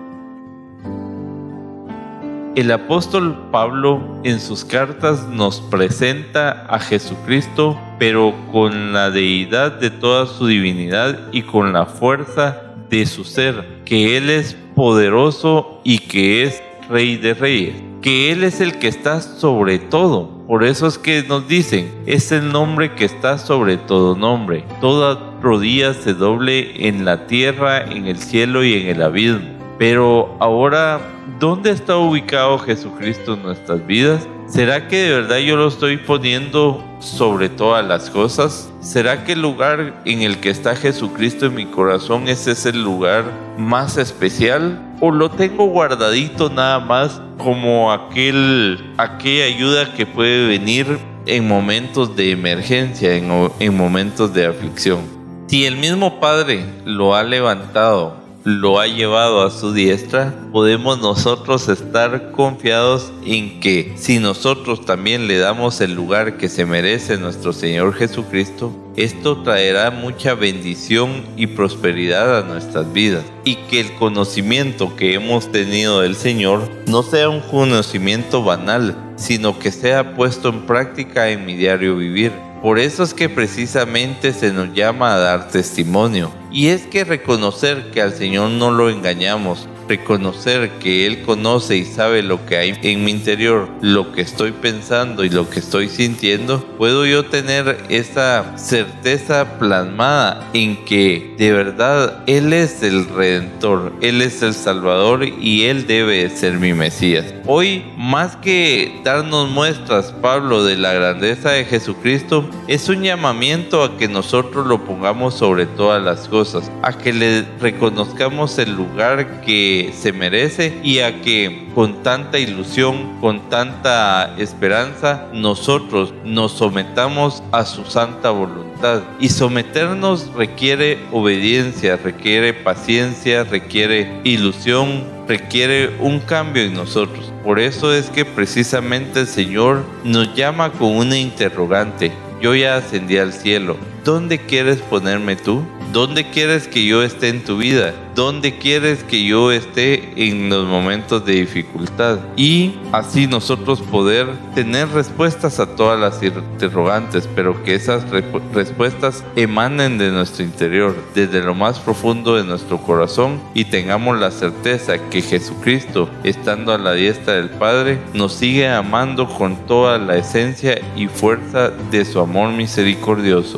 El apóstol Pablo en sus cartas nos presenta a Jesucristo, pero con la deidad de toda su divinidad y con la fuerza de su ser, que Él es poderoso y que es Rey de Reyes, que Él es el que está sobre todo. Por eso es que nos dicen, es el nombre que está sobre todo nombre. Toda rodilla se doble en la tierra, en el cielo y en el abismo. Pero ahora, ¿dónde está ubicado Jesucristo en nuestras vidas? ¿Será que de verdad yo lo estoy poniendo sobre todas las cosas? ¿Será que el lugar en el que está Jesucristo en mi corazón ese es el lugar más especial? ¿O lo tengo guardadito nada más como aquella ayuda que puede venir en momentos de emergencia, en momentos de aflicción? Si el mismo Padre lo ha levantado, lo ha llevado a su diestra, podemos nosotros estar confiados en que si nosotros también le damos el lugar que se merece nuestro Señor Jesucristo, esto traerá mucha bendición y prosperidad a nuestras vidas, y que el conocimiento que hemos tenido del Señor no sea un conocimiento banal, sino que sea puesto en práctica en mi diario vivir. Por eso es que precisamente se nos llama a dar testimonio. Y es que reconocer que al Señor no lo engañamos, reconocer que Él conoce y sabe lo que hay en mi interior, lo que estoy pensando y lo que estoy sintiendo, puedo yo tener esa certeza plasmada en que de verdad Él es el Redentor, Él es el Salvador y Él debe ser mi Mesías. Hoy, más que darnos muestras, Pablo, de la grandeza de Jesucristo, es un llamamiento a que nosotros lo pongamos sobre todas las cosas, a que le reconozcamos el lugar que que se merece y a que con tanta ilusión, con tanta esperanza, nosotros nos sometamos a su santa voluntad. Y someternos requiere obediencia, requiere paciencia, requiere ilusión, requiere un cambio en nosotros. Por eso es que precisamente el Señor nos llama con una interrogante. Yo ya ascendí al cielo. ¿Dónde quieres ponerme tú? ¿Dónde quieres que yo esté en tu vida? ¿Dónde quieres que yo esté en los momentos de dificultad? Y así nosotros poder tener respuestas a todas las interrogantes, pero que esas respuestas emanen de nuestro interior, desde lo más profundo de nuestro corazón, y tengamos la certeza que Jesucristo, estando a la diestra del Padre, nos sigue amando con toda la esencia y fuerza de su amor misericordioso.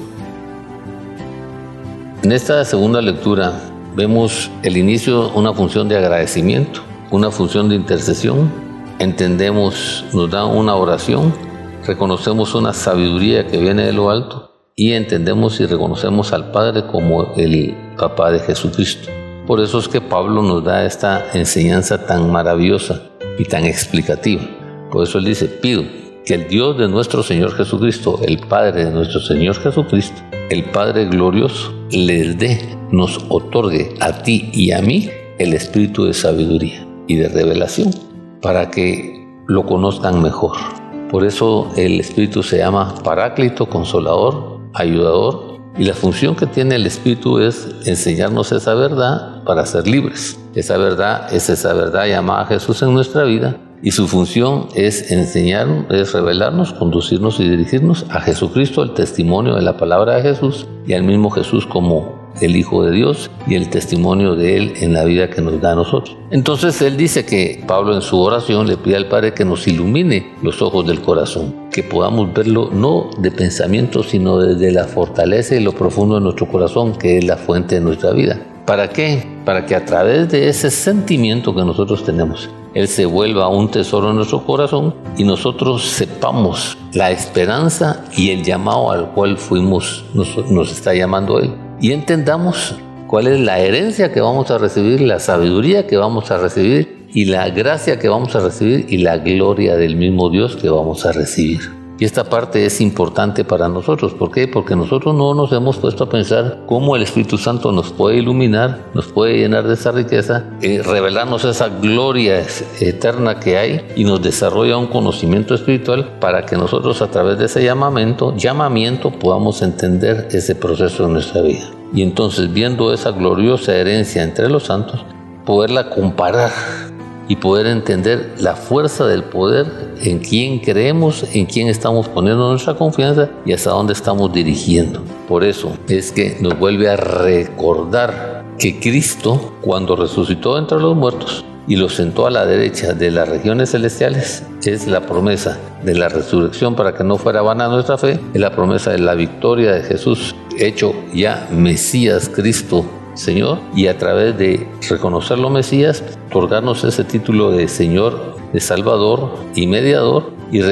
En esta segunda lectura vemos el inicio, una función de agradecimiento, una función de intercesión. Entendemos, nos da una oración, reconocemos una sabiduría que viene de lo alto y entendemos y reconocemos al Padre como el Papá de Jesucristo. Por eso es que Pablo nos da esta enseñanza tan maravillosa y tan explicativa. Por eso él dice: pido que el Dios de nuestro Señor Jesucristo, el Padre de nuestro Señor Jesucristo, el Padre glorioso, les dé, nos otorgue a ti y a mí el espíritu de sabiduría y de revelación para que lo conozcan mejor. Por eso el espíritu se llama Paráclito, Consolador, Ayudador, y la función que tiene el espíritu es enseñarnos esa verdad para ser libres. Esa verdad es esa verdad llamada Jesús en nuestra vida. Y su función es enseñarnos, es revelarnos, conducirnos y dirigirnos a Jesucristo, el testimonio de la palabra de Jesús, y al mismo Jesús como el Hijo de Dios y el testimonio de Él en la vida que nos da a nosotros. Entonces él dice que Pablo en su oración le pide al Padre que nos ilumine los ojos del corazón, que podamos verlo no de pensamiento, sino desde la fortaleza y lo profundo de nuestro corazón, que es la fuente de nuestra vida. ¿Para qué? Para que a través de ese sentimiento que nosotros tenemos, Él se vuelva un tesoro en nuestro corazón y nosotros sepamos la esperanza y el llamado al cual nos está llamando Él. Y entendamos cuál es la herencia que vamos a recibir, la sabiduría que vamos a recibir y la gracia que vamos a recibir y la gloria del mismo Dios que vamos a recibir. Y esta parte es importante para nosotros. ¿Por qué? Porque nosotros no nos hemos puesto a pensar cómo el Espíritu Santo nos puede iluminar, nos puede llenar de esa riqueza, revelarnos esa gloria eterna que hay y nos desarrolla un conocimiento espiritual para que nosotros a través de ese llamamiento podamos entender ese proceso en nuestra vida. Y entonces, viendo esa gloriosa herencia entre los santos, poderla comparar y poder entender la fuerza del poder, en quién creemos, en quién estamos poniendo nuestra confianza y hasta dónde estamos dirigiendo. Por eso es que nos vuelve a recordar que Cristo, cuando resucitó entre los muertos y lo sentó a la derecha de las regiones celestiales, es la promesa de la resurrección para que no fuera vana nuestra fe, es la promesa de la victoria de Jesús, hecho ya Mesías Cristo Señor, y a través de reconocerlo Mesías, otorgarnos ese título de Señor, de Salvador y Mediador,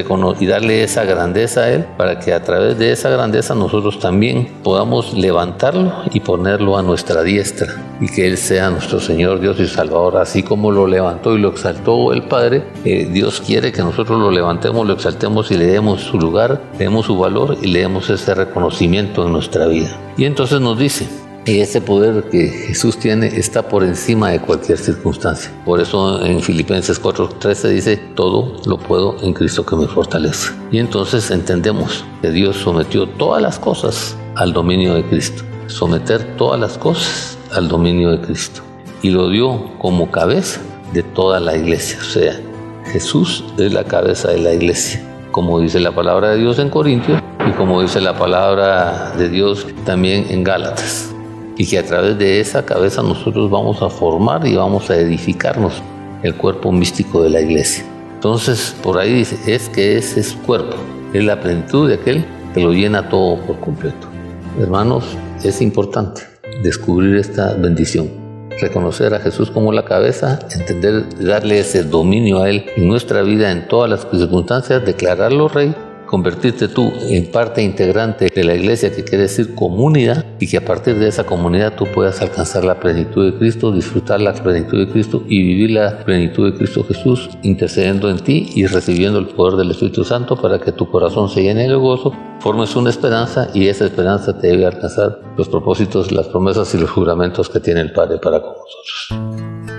y darle esa grandeza a Él, para que a través de esa grandeza nosotros también podamos levantarlo y ponerlo a nuestra diestra, y que Él sea nuestro Señor, Dios y Salvador. Así como lo levantó y lo exaltó el Padre, Dios quiere que nosotros lo levantemos, lo exaltemos y le demos su lugar, le demos su valor y le demos ese reconocimiento en nuestra vida. Y entonces nos dice: y ese poder que Jesús tiene está por encima de cualquier circunstancia. Por eso en Filipenses 4:13 dice: todo lo puedo en Cristo que me fortalece. Y entonces entendemos que Dios sometió todas las cosas al dominio de Cristo. Someter todas las cosas al dominio de Cristo. Y lo dio como cabeza de toda la iglesia. O sea, Jesús es la cabeza de la iglesia, como dice la palabra de Dios en Corintios y como dice la palabra de Dios también en Gálatas. Y que a través de esa cabeza nosotros vamos a formar y vamos a edificarnos el cuerpo místico de la iglesia. Entonces, por ahí dice, es que ese es su cuerpo, es la plenitud de aquel que lo llena todo por completo. Hermanos, es importante descubrir esta bendición, reconocer a Jesús como la cabeza, entender, darle ese dominio a Él en nuestra vida, en todas las circunstancias, declararlo Rey, convertirte tú en parte integrante de la iglesia, que quiere decir comunidad, y que a partir de esa comunidad tú puedas alcanzar la plenitud de Cristo, disfrutar la plenitud de Cristo y vivir la plenitud de Cristo Jesús, intercediendo en ti y recibiendo el poder del Espíritu Santo para que tu corazón se llene de gozo, formes una esperanza, y esa esperanza te debe alcanzar los propósitos, las promesas y los juramentos que tiene el Padre para con nosotros.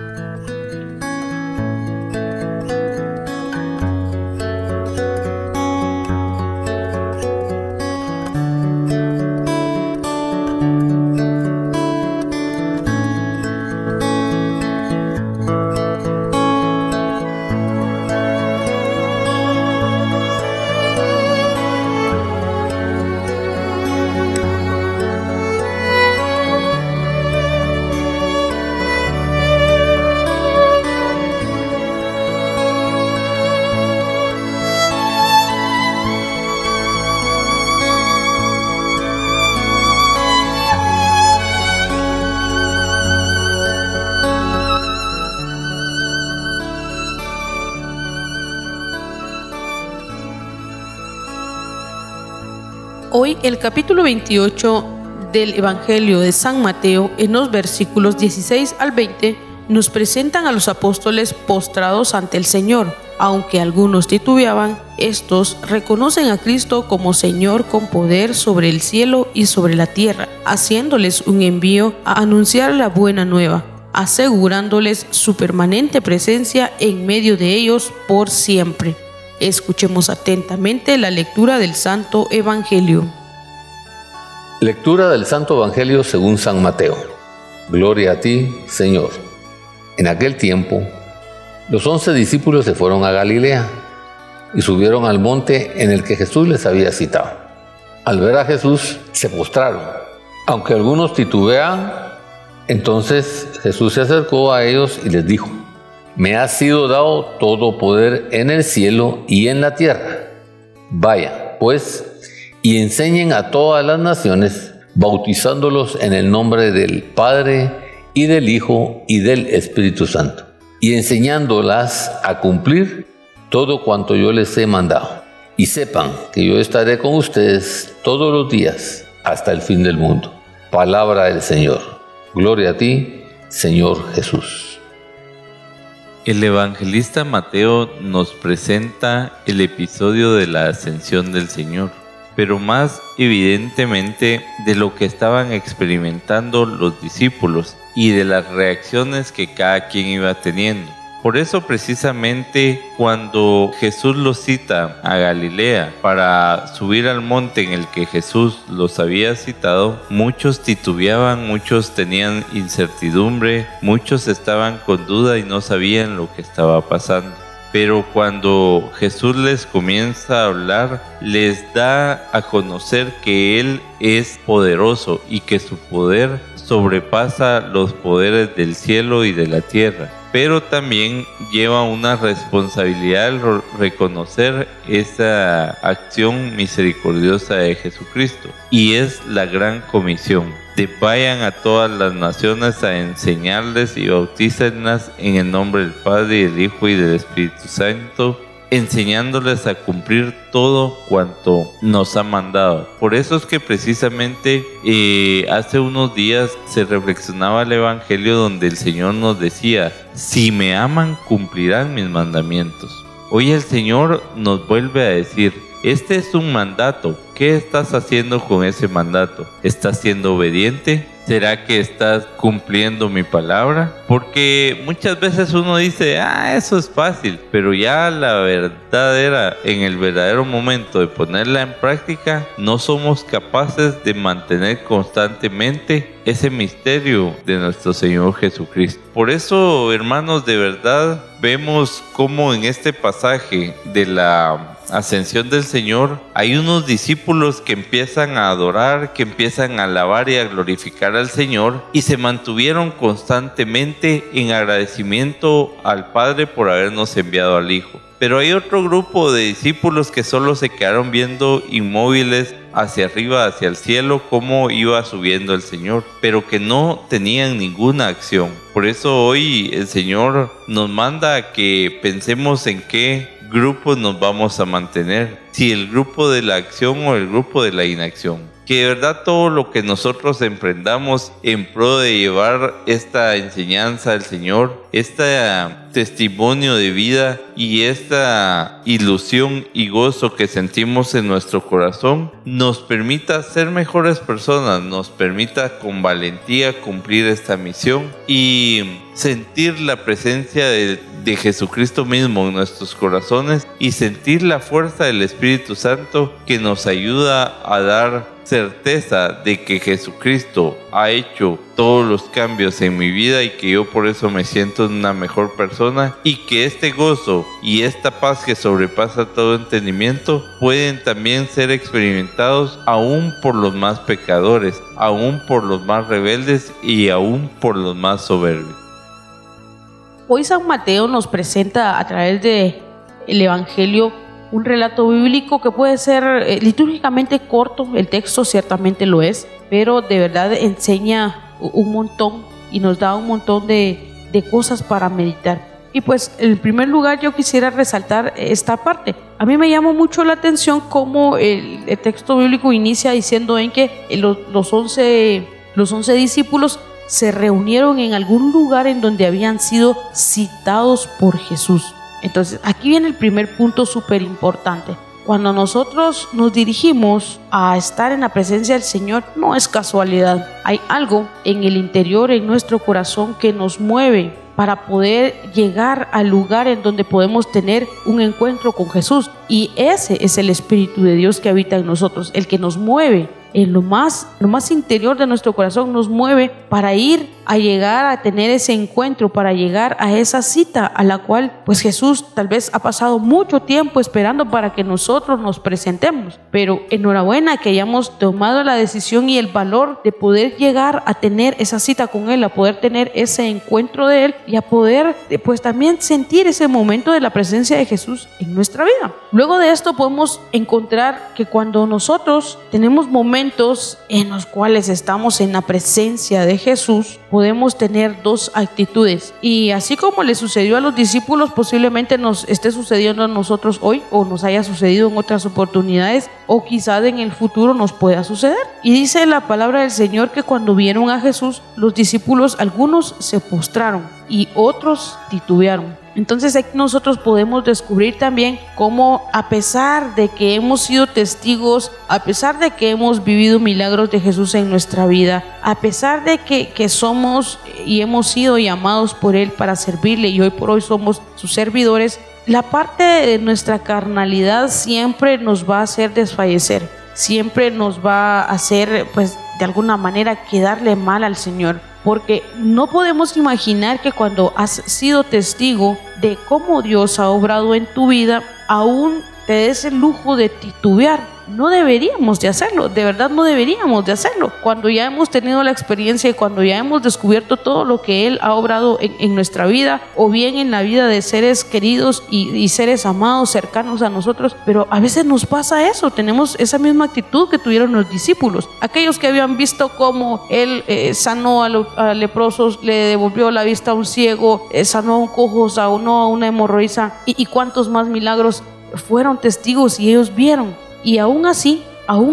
Hoy el capítulo 28 del Evangelio de San Mateo, en los versículos 16 al 20, nos presentan a los apóstoles postrados ante el Señor. Aunque algunos titubeaban, estos reconocen a Cristo como Señor con poder sobre el cielo y sobre la tierra, haciéndoles un envío a anunciar la buena nueva, asegurándoles su permanente presencia en medio de ellos por siempre. Escuchemos atentamente la lectura del Santo Evangelio. Lectura del Santo Evangelio según San Mateo. Gloria a ti, Señor. En aquel tiempo, los 11 discípulos se fueron a Galilea y subieron al monte en el que Jesús les había citado. Al ver a Jesús, se postraron. Aunque algunos titubeaban, entonces Jesús se acercó a ellos y les dijo: Me ha sido dado todo poder en el cielo y en la tierra. Vayan, pues, y enseñen a todas las naciones, bautizándolos en el nombre del Padre y del Hijo y del Espíritu Santo, y enseñándolas a cumplir todo cuanto yo les he mandado. Y sepan que yo estaré con ustedes todos los días hasta el fin del mundo. Palabra del Señor. Gloria a ti, Señor Jesús. El evangelista Mateo nos presenta el episodio de la ascensión del Señor, pero más evidentemente de lo que estaban experimentando los discípulos y de las reacciones que cada quien iba teniendo. Por eso precisamente cuando Jesús los cita a Galilea para subir al monte en el que Jesús los había citado, muchos titubeaban, muchos tenían incertidumbre, muchos estaban con duda y no sabían lo que estaba pasando. Pero cuando Jesús les comienza a hablar, les da a conocer que Él es poderoso y que su poder sobrepasa los poderes del cielo y de la tierra. Pero también lleva una responsabilidad al reconocer esa acción misericordiosa de Jesucristo. Y es la gran comisión de vayan a todas las naciones a enseñarles y bautícenlas en el nombre del Padre y del Hijo y del Espíritu Santo, enseñándoles a cumplir todo cuanto nos ha mandado. Por eso es que precisamente hace unos días se reflexionaba el Evangelio donde el Señor nos decía: si me aman, cumplirán mis mandamientos. Hoy el Señor nos vuelve a decir: este es un mandato. ¿Qué estás haciendo con ese mandato? ¿Estás siendo obediente? ¿Será que estás cumpliendo mi palabra? Porque muchas veces uno dice, eso es fácil, pero ya en el verdadero momento de ponerla en práctica, no somos capaces de mantener constantemente ese misterio de nuestro Señor Jesucristo. Por eso, hermanos, de verdad, vemos cómo en este pasaje de la ascensión del Señor hay unos discípulos que empiezan a adorar, que empiezan a alabar y a glorificar al Señor, y se mantuvieron constantemente en agradecimiento al Padre por habernos enviado al Hijo. Pero hay otro grupo de discípulos que solo se quedaron viendo inmóviles hacia arriba, hacia el cielo, cómo iba subiendo el Señor, pero que no tenían ninguna acción. Por eso hoy el Señor nos manda a que pensemos en qué grupo nos vamos a mantener, si el grupo de la acción o el grupo de la inacción. Que de verdad todo lo que nosotros emprendamos en pro de llevar esta enseñanza del Señor, este testimonio de vida y esta ilusión y gozo que sentimos en nuestro corazón, nos permita ser mejores personas, nos permita con valentía cumplir esta misión y sentir la presencia de Jesucristo mismo en nuestros corazones y sentir la fuerza del Espíritu Santo que nos ayuda a dar certeza de que Jesucristo ha hecho todos los cambios en mi vida y que yo por eso me siento una mejor persona, y que este gozo y esta paz que sobrepasa todo entendimiento pueden también ser experimentados aún por los más pecadores, aún por los más rebeldes y aún por los más soberbios. Hoy San Mateo nos presenta a través del Evangelio un relato bíblico que puede ser litúrgicamente corto, el texto ciertamente lo es, pero de verdad enseña un montón y nos da un montón de cosas para meditar. Y pues en primer lugar yo quisiera resaltar esta parte. A mí me llamó mucho la atención cómo el texto bíblico inicia diciendo en que los 11 discípulos se reunieron en algún lugar en donde habían sido citados por Jesús. Entonces, aquí viene el primer punto súper importante. Cuando nosotros nos dirigimos a estar en la presencia del Señor, no es casualidad. Hay algo en el interior, en nuestro corazón, que nos mueve para poder llegar al lugar en donde podemos tener un encuentro con Jesús. Y ese es el Espíritu de Dios que habita en nosotros, el que nos mueve. En lo más interior de nuestro corazón nos mueve para ir a llegar a tener ese encuentro, para llegar a esa cita a la cual pues Jesús tal vez ha pasado mucho tiempo esperando para que nosotros nos presentemos. Pero enhorabuena que hayamos tomado la decisión y el valor de poder llegar a tener esa cita con Él, a poder tener ese encuentro de Él y a poder pues también sentir ese momento de la presencia de Jesús en nuestra vida. Luego de esto podemos encontrar que cuando nosotros tenemos momentos en los cuales estamos en la presencia de Jesús, podemos tener dos actitudes. Y así como le sucedió a los discípulos, posiblemente nos esté sucediendo a nosotros hoy, o nos haya sucedido en otras oportunidades, o quizás en el futuro nos pueda suceder. Y dice la palabra del Señor que cuando vieron a Jesús, los discípulos, algunos se postraron y otros titubearon. Entonces aquí nosotros podemos descubrir también cómo, a pesar de que hemos sido testigos, a pesar de que hemos vivido milagros de Jesús en nuestra vida, a pesar de que somos y hemos sido llamados por Él para servirle y hoy por hoy somos sus servidores, la parte de nuestra carnalidad siempre nos va a hacer desfallecer, siempre nos va a hacer pues de alguna manera quedarle mal al Señor. Porque no podemos imaginar que cuando has sido testigo de cómo Dios ha obrado en tu vida, aún te des el lujo de titubear. No deberíamos de hacerlo, de verdad no deberíamos de hacerlo. Cuando ya hemos tenido la experiencia y cuando ya hemos descubierto todo lo que Él ha obrado en nuestra vida, o bien en la vida de seres queridos y seres amados cercanos a nosotros, pero a veces nos pasa eso, tenemos esa misma actitud que tuvieron los discípulos. Aquellos que habían visto cómo Él sanó a leprosos, le devolvió la vista a un ciego, sanó a un cojo, sanó a una hemorroísa y cuántos más milagros, fueron testigos y ellos vieron. Y aún así,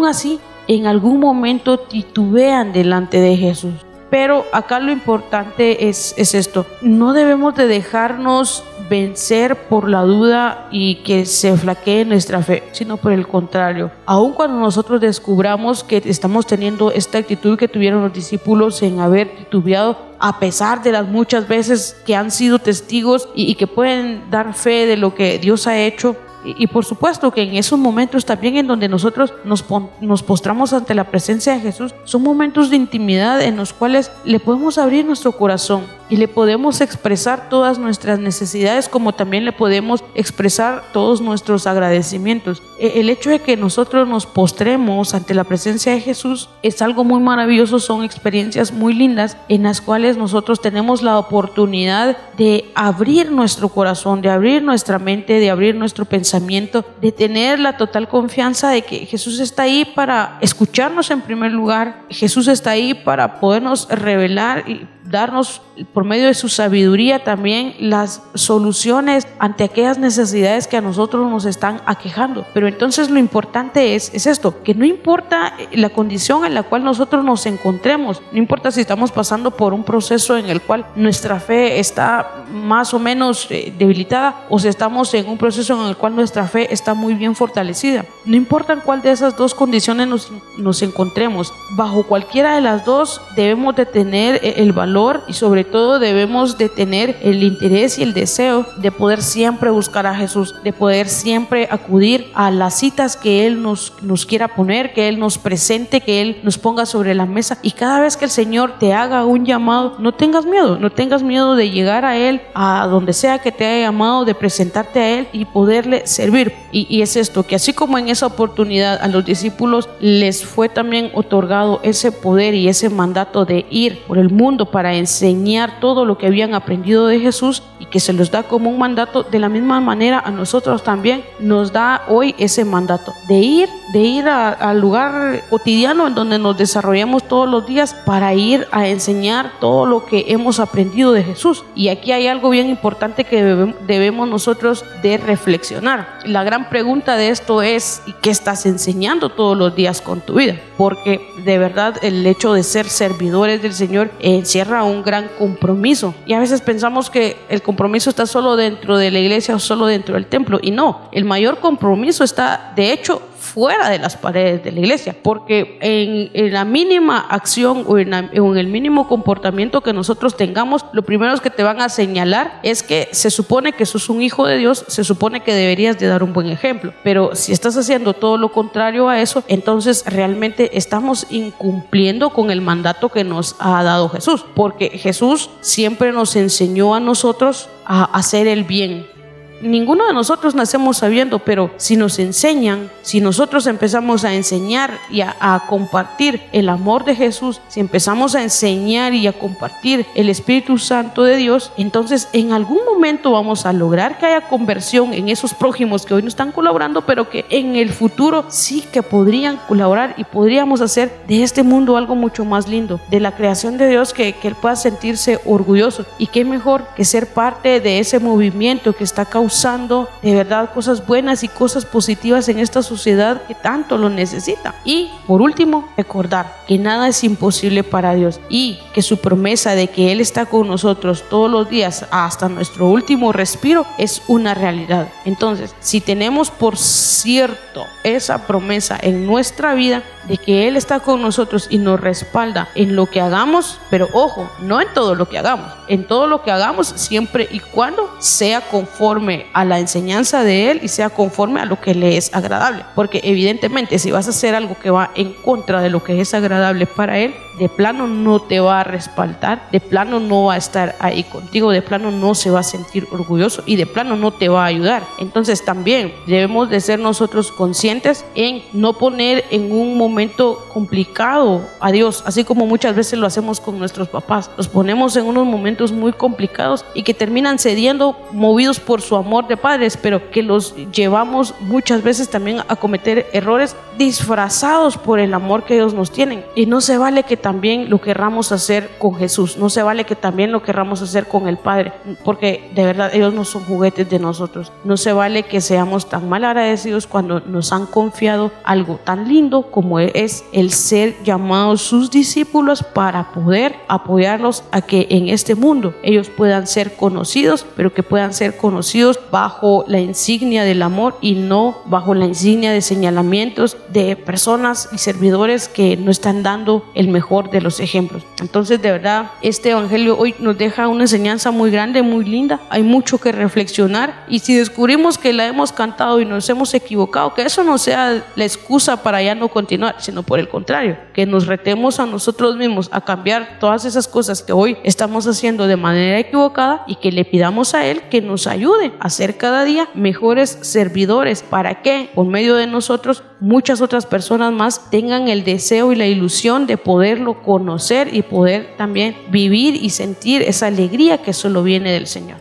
en algún momento titubean delante de Jesús. Pero acá lo importante es esto. No debemos de dejarnos vencer por la duda y que se flaquee nuestra fe, sino por el contrario. Aun cuando nosotros descubramos que estamos teniendo esta actitud que tuvieron los discípulos en haber titubeado, a pesar de las muchas veces que han sido testigos y que pueden dar fe de lo que Dios ha hecho, y por supuesto que en esos momentos también en donde nosotros nos postramos ante la presencia de Jesús, son momentos de intimidad en los cuales le podemos abrir nuestro corazón y le podemos expresar todas nuestras necesidades, como también le podemos expresar todos nuestros agradecimientos. El hecho de que nosotros nos postremos ante la presencia de Jesús es algo muy maravilloso, son experiencias muy lindas en las cuales nosotros tenemos la oportunidad de abrir nuestro corazón, de abrir nuestra mente, de abrir nuestro pensamiento, de tener la total confianza de que Jesús está ahí para escucharnos en primer lugar, Jesús está ahí para podernos revelar y darnos por medio de su sabiduría también las soluciones ante aquellas necesidades que a nosotros nos están aquejando. Pero entonces lo importante es esto, que no importa la condición en la cual nosotros nos encontremos, no importa si estamos pasando por un proceso en el cual nuestra fe está más o menos debilitada, o si estamos en un proceso en el cual nuestra fe está muy bien fortalecida, no importa en cuál de esas dos condiciones nos encontremos, bajo cualquiera de las dos debemos de tener el valor y sobre todo debemos de tener el interés y el deseo de poder siempre buscar a Jesús, de poder siempre acudir a las citas que Él nos quiera poner, que Él nos presente, que Él nos ponga sobre la mesa. Y cada vez que el Señor te haga un llamado, no tengas miedo de llegar a Él, a donde sea que te haya llamado, de presentarte a Él y poderle servir. Y es esto, que así como en esa oportunidad a los discípulos les fue también otorgado ese poder y ese mandato de ir por el mundo para enseñar todo lo que habían aprendido de Jesús, y que se los da como un mandato, de la misma manera a nosotros también nos da hoy ese mandato de ir al lugar cotidiano en donde nos desarrollamos todos los días, para ir a enseñar todo lo que hemos aprendido de Jesús. Y aquí hay algo bien importante que debemos nosotros de reflexionar. La gran pregunta de esto es: ¿y qué estás enseñando todos los días con tu vida? Porque de verdad el hecho de ser servidores del Señor encierra un gran compromiso, y a veces pensamos que el compromiso está solo dentro de la iglesia o solo dentro del templo, y no, el mayor compromiso está de hecho fuera de las paredes de la iglesia, porque en la mínima acción o en el mínimo comportamiento que nosotros tengamos, lo primero que te van a señalar es que se supone que sos un hijo de Dios, se supone que deberías de dar un buen ejemplo, pero si estás haciendo todo lo contrario a eso, entonces realmente estamos incumpliendo con el mandato que nos ha dado Jesús, porque Jesús siempre nos enseñó a nosotros a hacer el bien. Ninguno de nosotros nacemos sabiendo, pero si nos enseñan, si nosotros empezamos a enseñar y a compartir el amor de Jesús, si empezamos a enseñar y a compartir el Espíritu Santo de Dios, entonces en algún momento vamos a lograr que haya conversión en esos prójimos que hoy no están colaborando, pero que en el futuro sí que podrían colaborar, y podríamos hacer de este mundo algo mucho más lindo, de la creación de Dios, que Él pueda sentirse orgulloso. Y qué mejor que ser parte de ese movimiento que está causando de verdad cosas buenas y cosas positivas en esta sociedad que tanto lo necesita. Y por último, recordar que nada es imposible para Dios, y que su promesa de que Él está con nosotros todos los días hasta nuestro último respiro es una realidad. Entonces, si tenemos por cierto esa promesa en nuestra vida de que Él está con nosotros y nos respalda en lo que hagamos, pero ojo, no en todo lo que hagamos, en todo lo que hagamos siempre y cuando sea conforme a la enseñanza de Él y sea conforme a lo que le es agradable, porque evidentemente si vas a hacer algo que va en contra de lo que es agradable para Él, de plano no te va a respaldar, de plano no va a estar ahí contigo, de plano no se va a sentir orgulloso y de plano no te va a ayudar. Entonces también debemos de ser nosotros conscientes en no poner en un momento complicado a Dios, así como muchas veces lo hacemos con nuestros papás. Los ponemos en unos momentos muy complicados y que terminan cediendo, movidos por su amor de padres, pero que los llevamos muchas veces también a cometer errores disfrazados por el amor que ellos nos tienen. Y no se vale que también lo querramos hacer con Jesús, no se vale que también lo querramos hacer con el Padre, porque de verdad ellos no son juguetes de nosotros. No se vale que seamos tan mal agradecidos cuando nos han confiado algo tan lindo como es el ser llamados sus discípulos, para poder apoyarlos a que en este mundo ellos puedan ser conocidos, pero que puedan ser conocidos bajo la insignia del amor y no bajo la insignia de señalamientos de personas y servidores que no están dando el mejor de los ejemplos. Entonces, de verdad, este evangelio hoy nos deja una enseñanza muy grande, muy linda. Hay mucho que reflexionar, y si descubrimos que la hemos cantado y nos hemos equivocado, que eso no sea la excusa para ya no continuar, sino por el contrario, que nos retemos a nosotros mismos a cambiar todas esas cosas que hoy estamos haciendo de manera equivocada, y que le pidamos a Él que nos ayude a ser cada día mejores servidores, para que por medio de nosotros muchas otras personas más tengan el deseo y la ilusión de poderlo conocer y poder también vivir y sentir esa alegría que solo viene del Señor.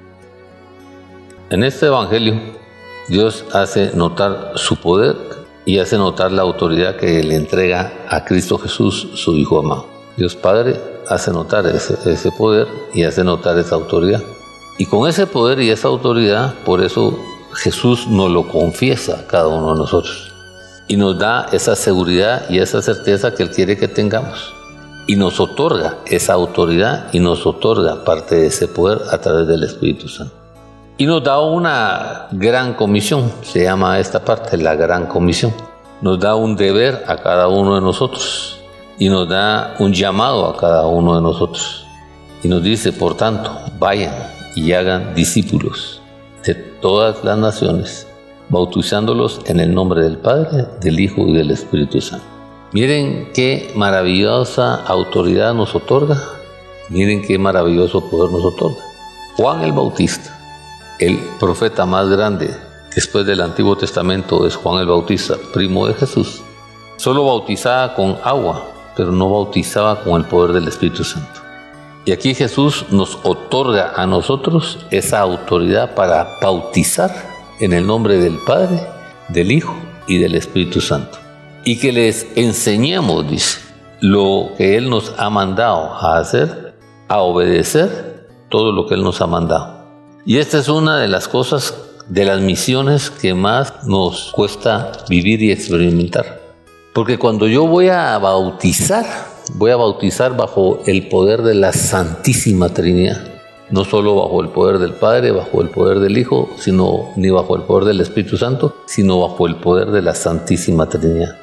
En este evangelio, Dios hace notar su poder y hace notar la autoridad que le entrega a Cristo Jesús, su Hijo amado. Dios Padre hace notar ese poder y hace notar esa autoridad. Y con ese poder y esa autoridad, por eso Jesús nos lo confiesa a cada uno de nosotros. Y nos da esa seguridad y esa certeza que Él quiere que tengamos. Y nos otorga esa autoridad y nos otorga parte de ese poder a través del Espíritu Santo. Y nos da una gran comisión, se llama esta parte la gran comisión. Nos da un deber a cada uno de nosotros y nos da un llamado a cada uno de nosotros. Y nos dice, por tanto, vayan y hagan discípulos de todas las naciones, bautizándolos en el nombre del Padre, del Hijo y del Espíritu Santo. Miren qué maravillosa autoridad nos otorga, miren qué maravilloso poder nos otorga. Juan el Bautista, el profeta más grande después del Antiguo Testamento, es Juan el Bautista, primo de Jesús. Solo bautizaba con agua, pero no bautizaba con el poder del Espíritu Santo. Y aquí Jesús nos otorga a nosotros esa autoridad para bautizar en el nombre del Padre, del Hijo y del Espíritu Santo. Y que les enseñemos, dice, lo que Él nos ha mandado a hacer, a obedecer todo lo que Él nos ha mandado. Y esta es una de las cosas, de las misiones que más nos cuesta vivir y experimentar. Porque cuando yo voy a bautizar bajo el poder de la Santísima Trinidad. No solo bajo el poder del Padre, bajo el poder del Hijo, ni bajo el poder del Espíritu Santo, sino bajo el poder de la Santísima Trinidad.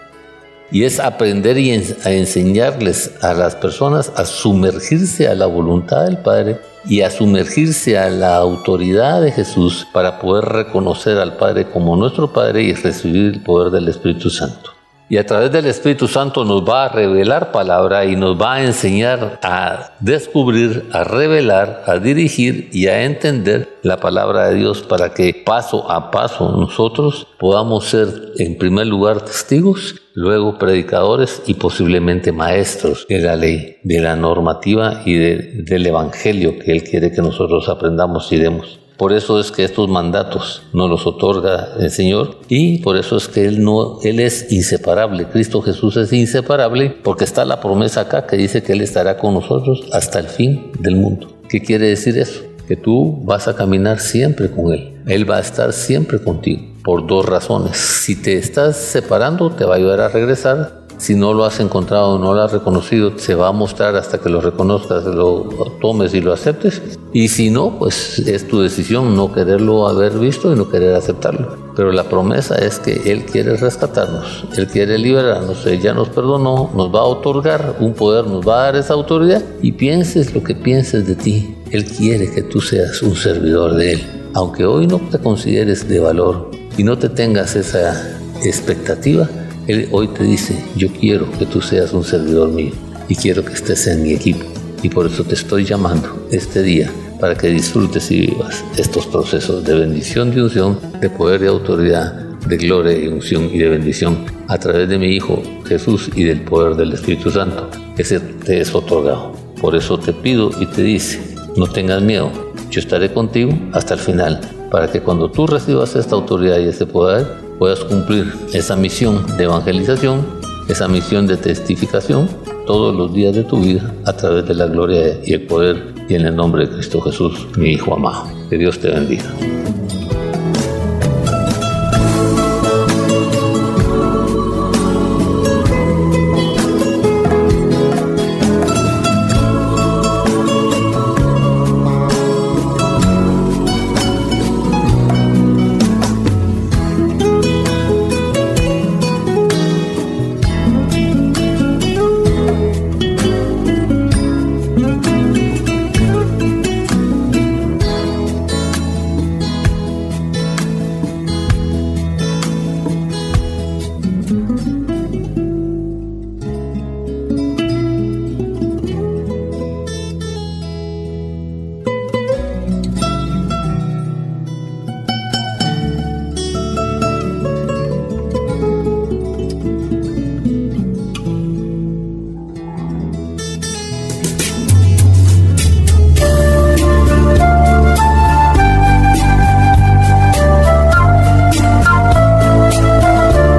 Y es aprender y a enseñarles a las personas a sumergirse a la voluntad del Padre y a sumergirse a la autoridad de Jesús para poder reconocer al Padre como nuestro Padre y recibir el poder del Espíritu Santo. Y a través del Espíritu Santo nos va a revelar palabra y nos va a enseñar a descubrir, a revelar, a dirigir y a entender la palabra de Dios para que paso a paso nosotros podamos ser en primer lugar testigos, luego predicadores y posiblemente maestros de la ley, de la normativa y del evangelio que Él quiere que nosotros aprendamos y demos. Por eso es que estos mandatos nos los otorga el Señor y por eso es que Él es inseparable. Cristo Jesús es inseparable porque está la promesa acá que dice que Él estará con nosotros hasta el fin del mundo. ¿Qué quiere decir eso? Que tú vas a caminar siempre con Él. Él va a estar siempre contigo por dos razones. Si te estás separando, te va a ayudar a regresar. Si no lo has encontrado, no lo has reconocido, se va a mostrar hasta que lo reconozcas, lo tomes y lo aceptes. Y si no, pues es tu decisión no quererlo haber visto y no querer aceptarlo. Pero la promesa es que Él quiere rescatarnos, Él quiere liberarnos, Él ya nos perdonó, nos va a otorgar un poder, nos va a dar esa autoridad. Y pienses lo que pienses de ti, Él quiere que tú seas un servidor de Él. Aunque hoy no te consideres de valor y no te tengas esa expectativa, Él hoy te dice, yo quiero que tú seas un servidor mío y quiero que estés en mi equipo. Y por eso te estoy llamando este día para que disfrutes y vivas estos procesos de bendición, de unción, de poder y autoridad, de gloria y unción y de bendición a través de mi Hijo Jesús y del poder del Espíritu Santo que se te es otorgado. Por eso te pido y te dice, no tengas miedo, yo estaré contigo hasta el final para que cuando tú recibas esta autoridad y este poder, puedas cumplir esa misión de evangelización, esa misión de testificación todos los días de tu vida a través de la gloria y el poder y en el nombre de Cristo Jesús, mi Hijo amado. Que Dios te bendiga.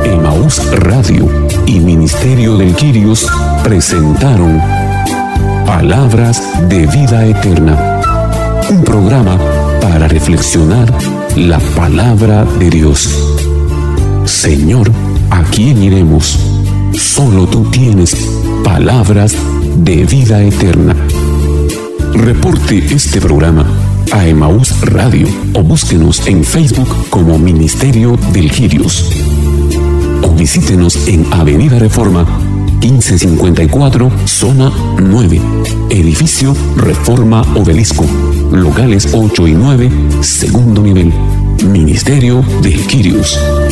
Radio y Ministerio del Quirios presentaron Palabras de Vida Eterna. Un programa para reflexionar la palabra de Dios. Señor, ¿a quién iremos? Solo tú tienes palabras de vida eterna. Reporte este programa a Emaús Radio o búsquenos en Facebook como Ministerio del Quirios. O visítenos en Avenida Reforma 1554, Zona 9, Edificio Reforma Obelisco, locales 8 y 9, segundo nivel, Ministerio del Quirios.